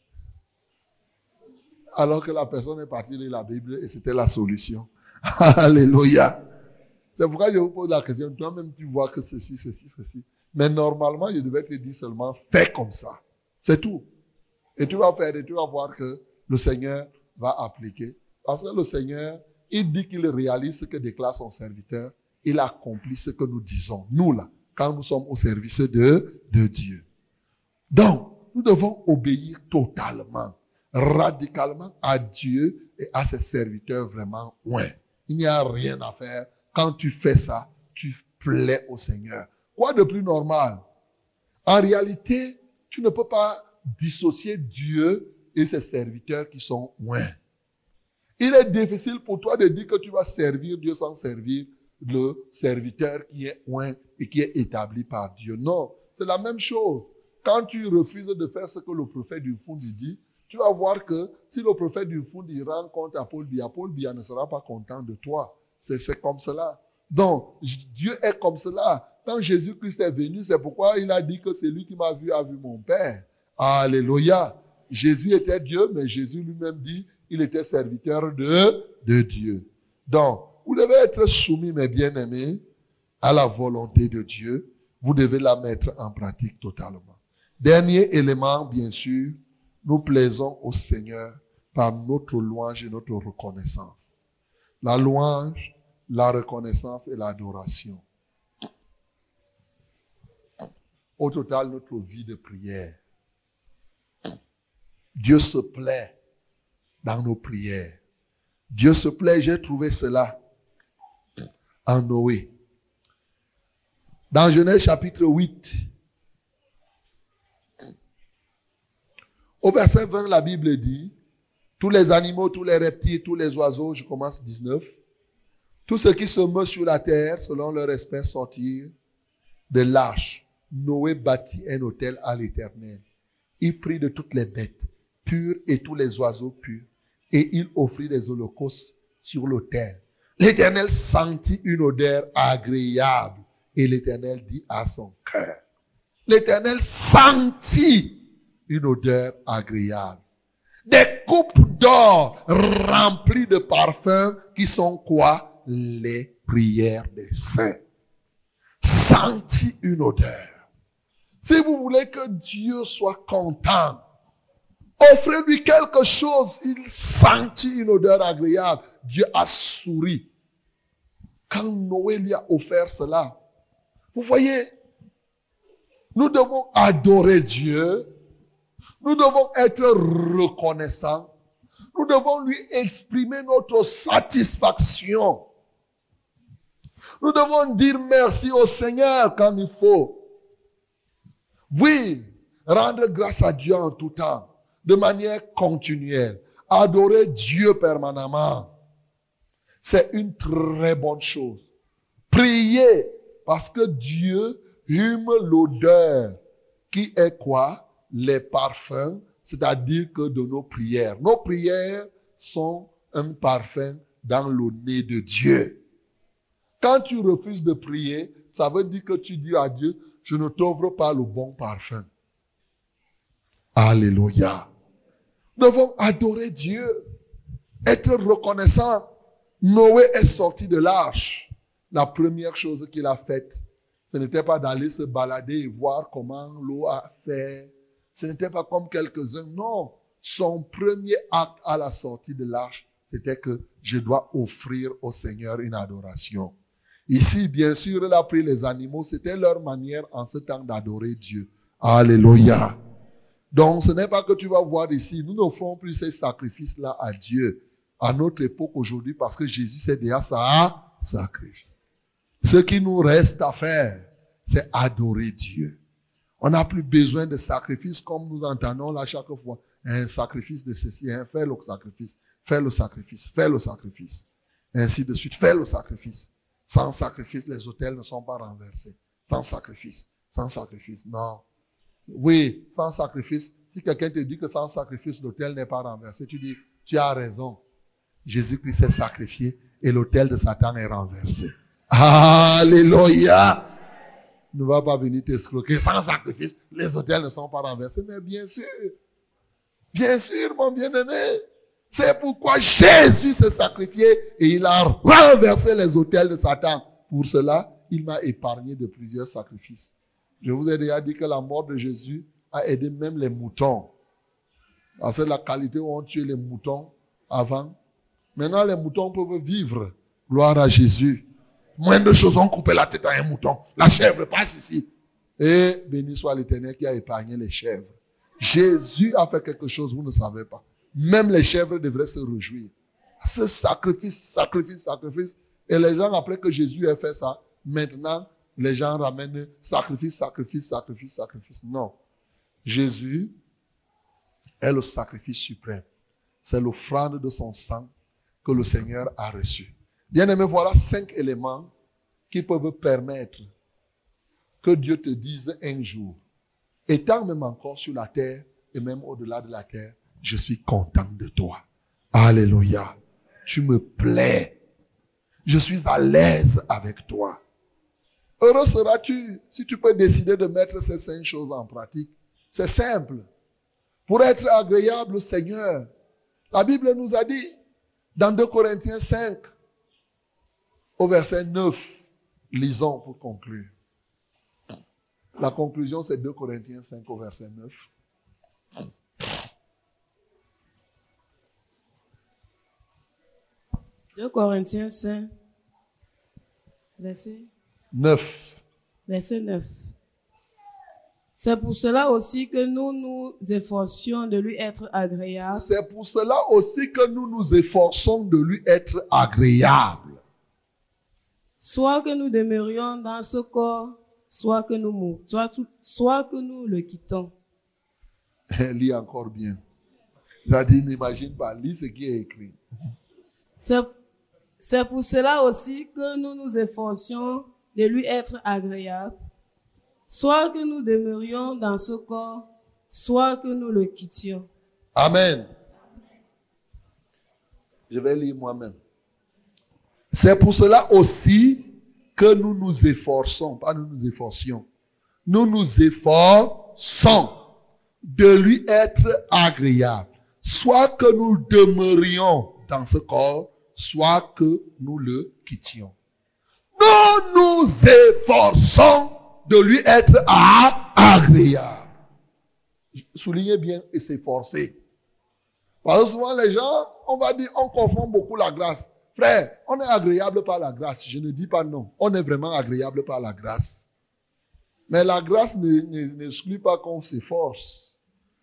Alors que la personne est partie lire la Bible et c'était la solution. Alléluia. C'est pourquoi je vous pose la question. Toi-même, tu vois que ceci. Mais normalement, je devais te dire seulement, fais comme ça. C'est tout. Et tu vas faire, et tu vas voir que le Seigneur va appliquer. Parce que le Seigneur, il dit qu'il réalise ce que déclare son serviteur. Il accomplit ce que nous disons. Nous, là, quand nous sommes au service de Dieu. Donc, nous devons obéir totalement, radicalement à Dieu et à ses serviteurs vraiment. Ouais. Il n'y a rien à faire. Quand tu fais ça, tu plais au Seigneur. Quoi de plus normal? En réalité, tu ne peux pas dissocier Dieu et ses serviteurs qui sont loin. Il est difficile pour toi de dire que tu vas servir Dieu sans servir le serviteur qui est loin et qui est établi par Dieu. Non, c'est la même chose. Quand tu refuses de faire ce que le prophète du Fundi dit, tu vas voir que si le prophète du Fundi rencontre Paul Biya ne sera pas content de toi. C'est comme cela. Donc, Dieu est comme cela. Quand Jésus-Christ est venu, c'est pourquoi il a dit que c'est lui qui m'a vu, a vu mon Père. Alléluia. Jésus était Dieu, mais Jésus lui-même dit, il était serviteur de Dieu. Donc, vous devez être soumis, mes bien-aimés, à la volonté de Dieu. Vous devez la mettre en pratique totalement. Dernier élément, bien sûr, nous plaisons au Seigneur par notre louange et notre reconnaissance. La louange, la reconnaissance et l'adoration. Au total, notre vie de prière. Dieu se plaît dans nos prières. Dieu se plaît, j'ai trouvé cela en Noé. Dans Genèse chapitre 8, au verset 20, la Bible dit, tous les animaux, tous les reptiles, tous les oiseaux, je commence 19, tout ce qui se meut sur la terre, selon leur espèce, sortir de l'arche. Noé bâtit un autel à l'Éternel. Il prit de toutes les bêtes pures et tous les oiseaux purs, et il offrit des holocaustes sur l'autel. L'Éternel sentit une odeur agréable, et l'Éternel dit à son cœur. L'Éternel sentit une odeur agréable. Des coupes d'or remplies de parfums qui sont quoi? Les prières des saints. Sentit une odeur. Si vous voulez que Dieu soit content, offrez-lui quelque chose. Il sentit une odeur agréable. Dieu a souri. Quand Noé lui a offert cela, vous voyez, nous devons adorer Dieu. Nous devons être reconnaissants. Nous devons lui exprimer notre satisfaction. Nous devons dire merci au Seigneur quand il faut. Oui, rendre grâce à Dieu en tout temps, de manière continuelle. Adorer Dieu permanemment. C'est une très bonne chose. Prier, parce que Dieu hume l'odeur qui est quoi? Les parfums, c'est-à-dire que de nos prières. Nos prières sont un parfum dans le nez de Dieu. Quand tu refuses de prier, ça veut dire que tu dis à Dieu, je ne t'offre pas le bon parfum. Alléluia. Nous devons adorer Dieu, être reconnaissant. Noé est sorti de l'arche. La première chose qu'il a faite, ce n'était pas d'aller se balader et voir comment l'eau a fait. Ce n'était pas comme quelques-uns. Non. Son premier acte à la sortie de l'arche, c'était que je dois offrir au Seigneur une adoration. Ici, bien sûr, il a pris les animaux. C'était leur manière en ce temps d'adorer Dieu. Alléluia. Donc, ce n'est pas que tu vas voir ici. Nous ne ferons plus ces sacrifices-là à Dieu à notre époque aujourd'hui parce que Jésus s'est déjà sacrifié. Ce qui nous reste à faire, c'est adorer Dieu. On n'a plus besoin de sacrifices comme nous entendons là chaque fois. un sacrifice de ceci, fais le sacrifice, fais le sacrifice, fais le sacrifice. Et ainsi de suite, fais le sacrifice. Sans sacrifice, les autels ne sont pas renversés. Sans sacrifice, non. Oui, sans sacrifice. Si quelqu'un te dit que sans sacrifice, l'autel n'est pas renversé, tu dis, tu as raison. Jésus-Christ s'est sacrifié et l'autel de Satan est renversé. Alléluia! Ne va pas venir t'escroquer. Sans sacrifice, les autels ne sont pas renversés. Mais bien sûr, mon bien-aimé, c'est pourquoi Jésus s'est sacrifié et il a renversé les autels de Satan. Pour cela, il m'a épargné de plusieurs sacrifices. Je vous ai déjà dit que la mort de Jésus a aidé même les moutons. C'est la qualité où on tuait les moutons avant. Maintenant, les moutons peuvent vivre. Gloire à Jésus. Moins de choses ont coupé la tête à un mouton. La chèvre passe ici. Et béni soit l'Éternel qui a épargné les chèvres. Jésus a fait quelque chose, vous ne savez pas. Même les chèvres devraient se réjouir. Ce sacrifice. Et les gens, après que Jésus ait fait ça, maintenant, les gens ramènent sacrifice. Non. Jésus est le sacrifice suprême. C'est l'offrande de son sang que le Seigneur a reçu. Bien-aimé, voilà 5 éléments qui peuvent permettre que Dieu te dise un jour, étant même encore sur la terre et même au-delà de la terre, je suis content de toi. Alléluia. Tu me plais. Je suis à l'aise avec toi. Heureux seras-tu si tu peux décider de mettre ces 5 choses en pratique. C'est simple. Pour être agréable au Seigneur, la Bible nous a dit, dans 2 Corinthiens 5, au verset 9, lisons pour conclure. La conclusion, c'est 2 Corinthiens 5 au verset 9. « 2 Corinthiens 5, verset 9. Verset 9. C'est pour cela aussi que nous nous efforcions de lui être agréable. C'est pour cela aussi que nous nous efforçons de lui être agréable. Soit que nous demeurions dans ce corps, soit que nous le quittons. Lis encore bien. C'est-à-dire, n'imagine pas, lis ce qui est écrit. C'est pour cela aussi que nous nous efforcions de lui être agréable. Soit que nous demeurions dans ce corps, soit que nous le quittions. Amen. Je vais lire moi-même. C'est pour cela aussi que nous nous efforçons, pas nous nous efforcions. Nous nous efforçons de lui être agréable. Soit que nous demeurions dans ce corps, soit que nous le quittions. Nous nous efforçons de lui être agréable. Soulignez bien et s'efforcer. Parce que souvent les gens, on va dire, on confond beaucoup la grâce. Frère, on est agréable par la grâce. Je ne dis pas non. On est vraiment agréable par la grâce. Mais la grâce n'exclut pas qu'on s'efforce.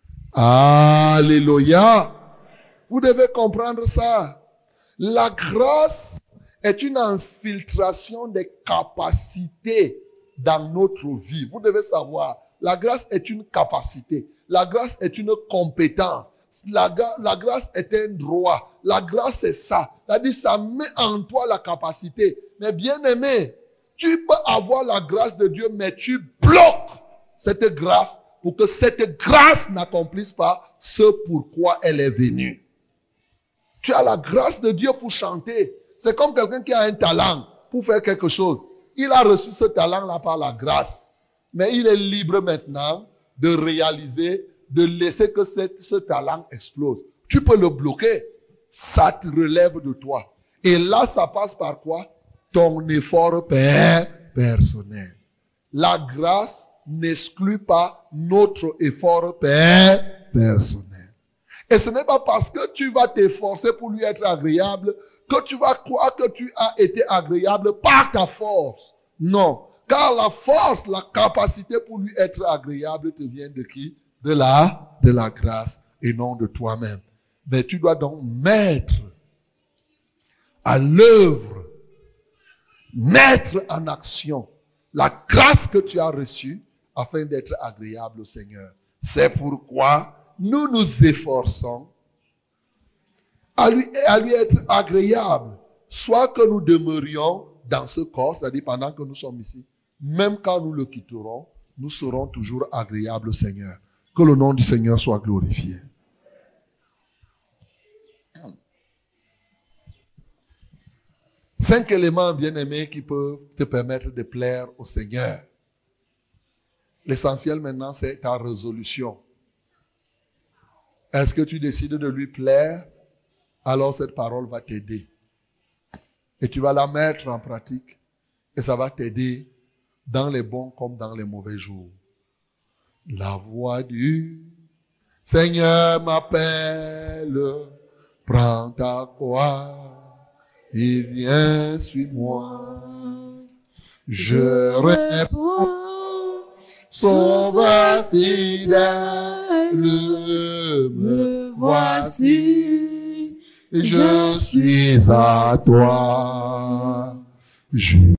Alléluia. Vous devez comprendre ça. La grâce est une infiltration des capacités dans notre vie. Vous devez savoir, la grâce est une capacité. La grâce est une compétence. La grâce est un droit. La grâce est ça. C'est-à-dire, ça met en toi la capacité. Mais bien aimé, tu peux avoir la grâce de Dieu, mais tu bloques cette grâce pour que cette grâce n'accomplisse pas ce pourquoi elle est venue. Tu as la grâce de Dieu pour chanter. C'est comme quelqu'un qui a un talent pour faire quelque chose. Il a reçu ce talent-là par la grâce. Mais il est libre maintenant de réaliser, de laisser que ce talent explose. Tu peux le bloquer. Ça te relève de toi. Et là, ça passe par quoi? Ton effort personnel. La grâce n'exclut pas notre effort personnel. Et ce n'est pas parce que tu vas t'efforcer pour lui être agréable que tu vas croire que tu as été agréable par ta force. Non. Car la force, la capacité pour lui être agréable te vient de qui? De la grâce et non de toi-même. Mais tu dois donc mettre à l'œuvre, mettre en action la grâce que tu as reçue afin d'être agréable au Seigneur. C'est pourquoi nous nous efforçons à lui être agréable, soit que nous demeurions dans ce corps, c'est-à-dire pendant que nous sommes ici, même quand nous le quitterons, nous serons toujours agréables au Seigneur. Que le nom du Seigneur soit glorifié. 5 éléments bien-aimés qui peuvent te permettre de plaire au Seigneur. L'essentiel maintenant, c'est ta résolution. Est-ce que tu décides de lui plaire? Alors cette parole va t'aider. Et tu vas la mettre en pratique. Et ça va t'aider dans les bons comme dans les mauvais jours. La voix du Seigneur m'appelle. Prends ta croix et viens, suis-moi. Je réponds, Sauveur fidèle, me voici. Je suis à toi.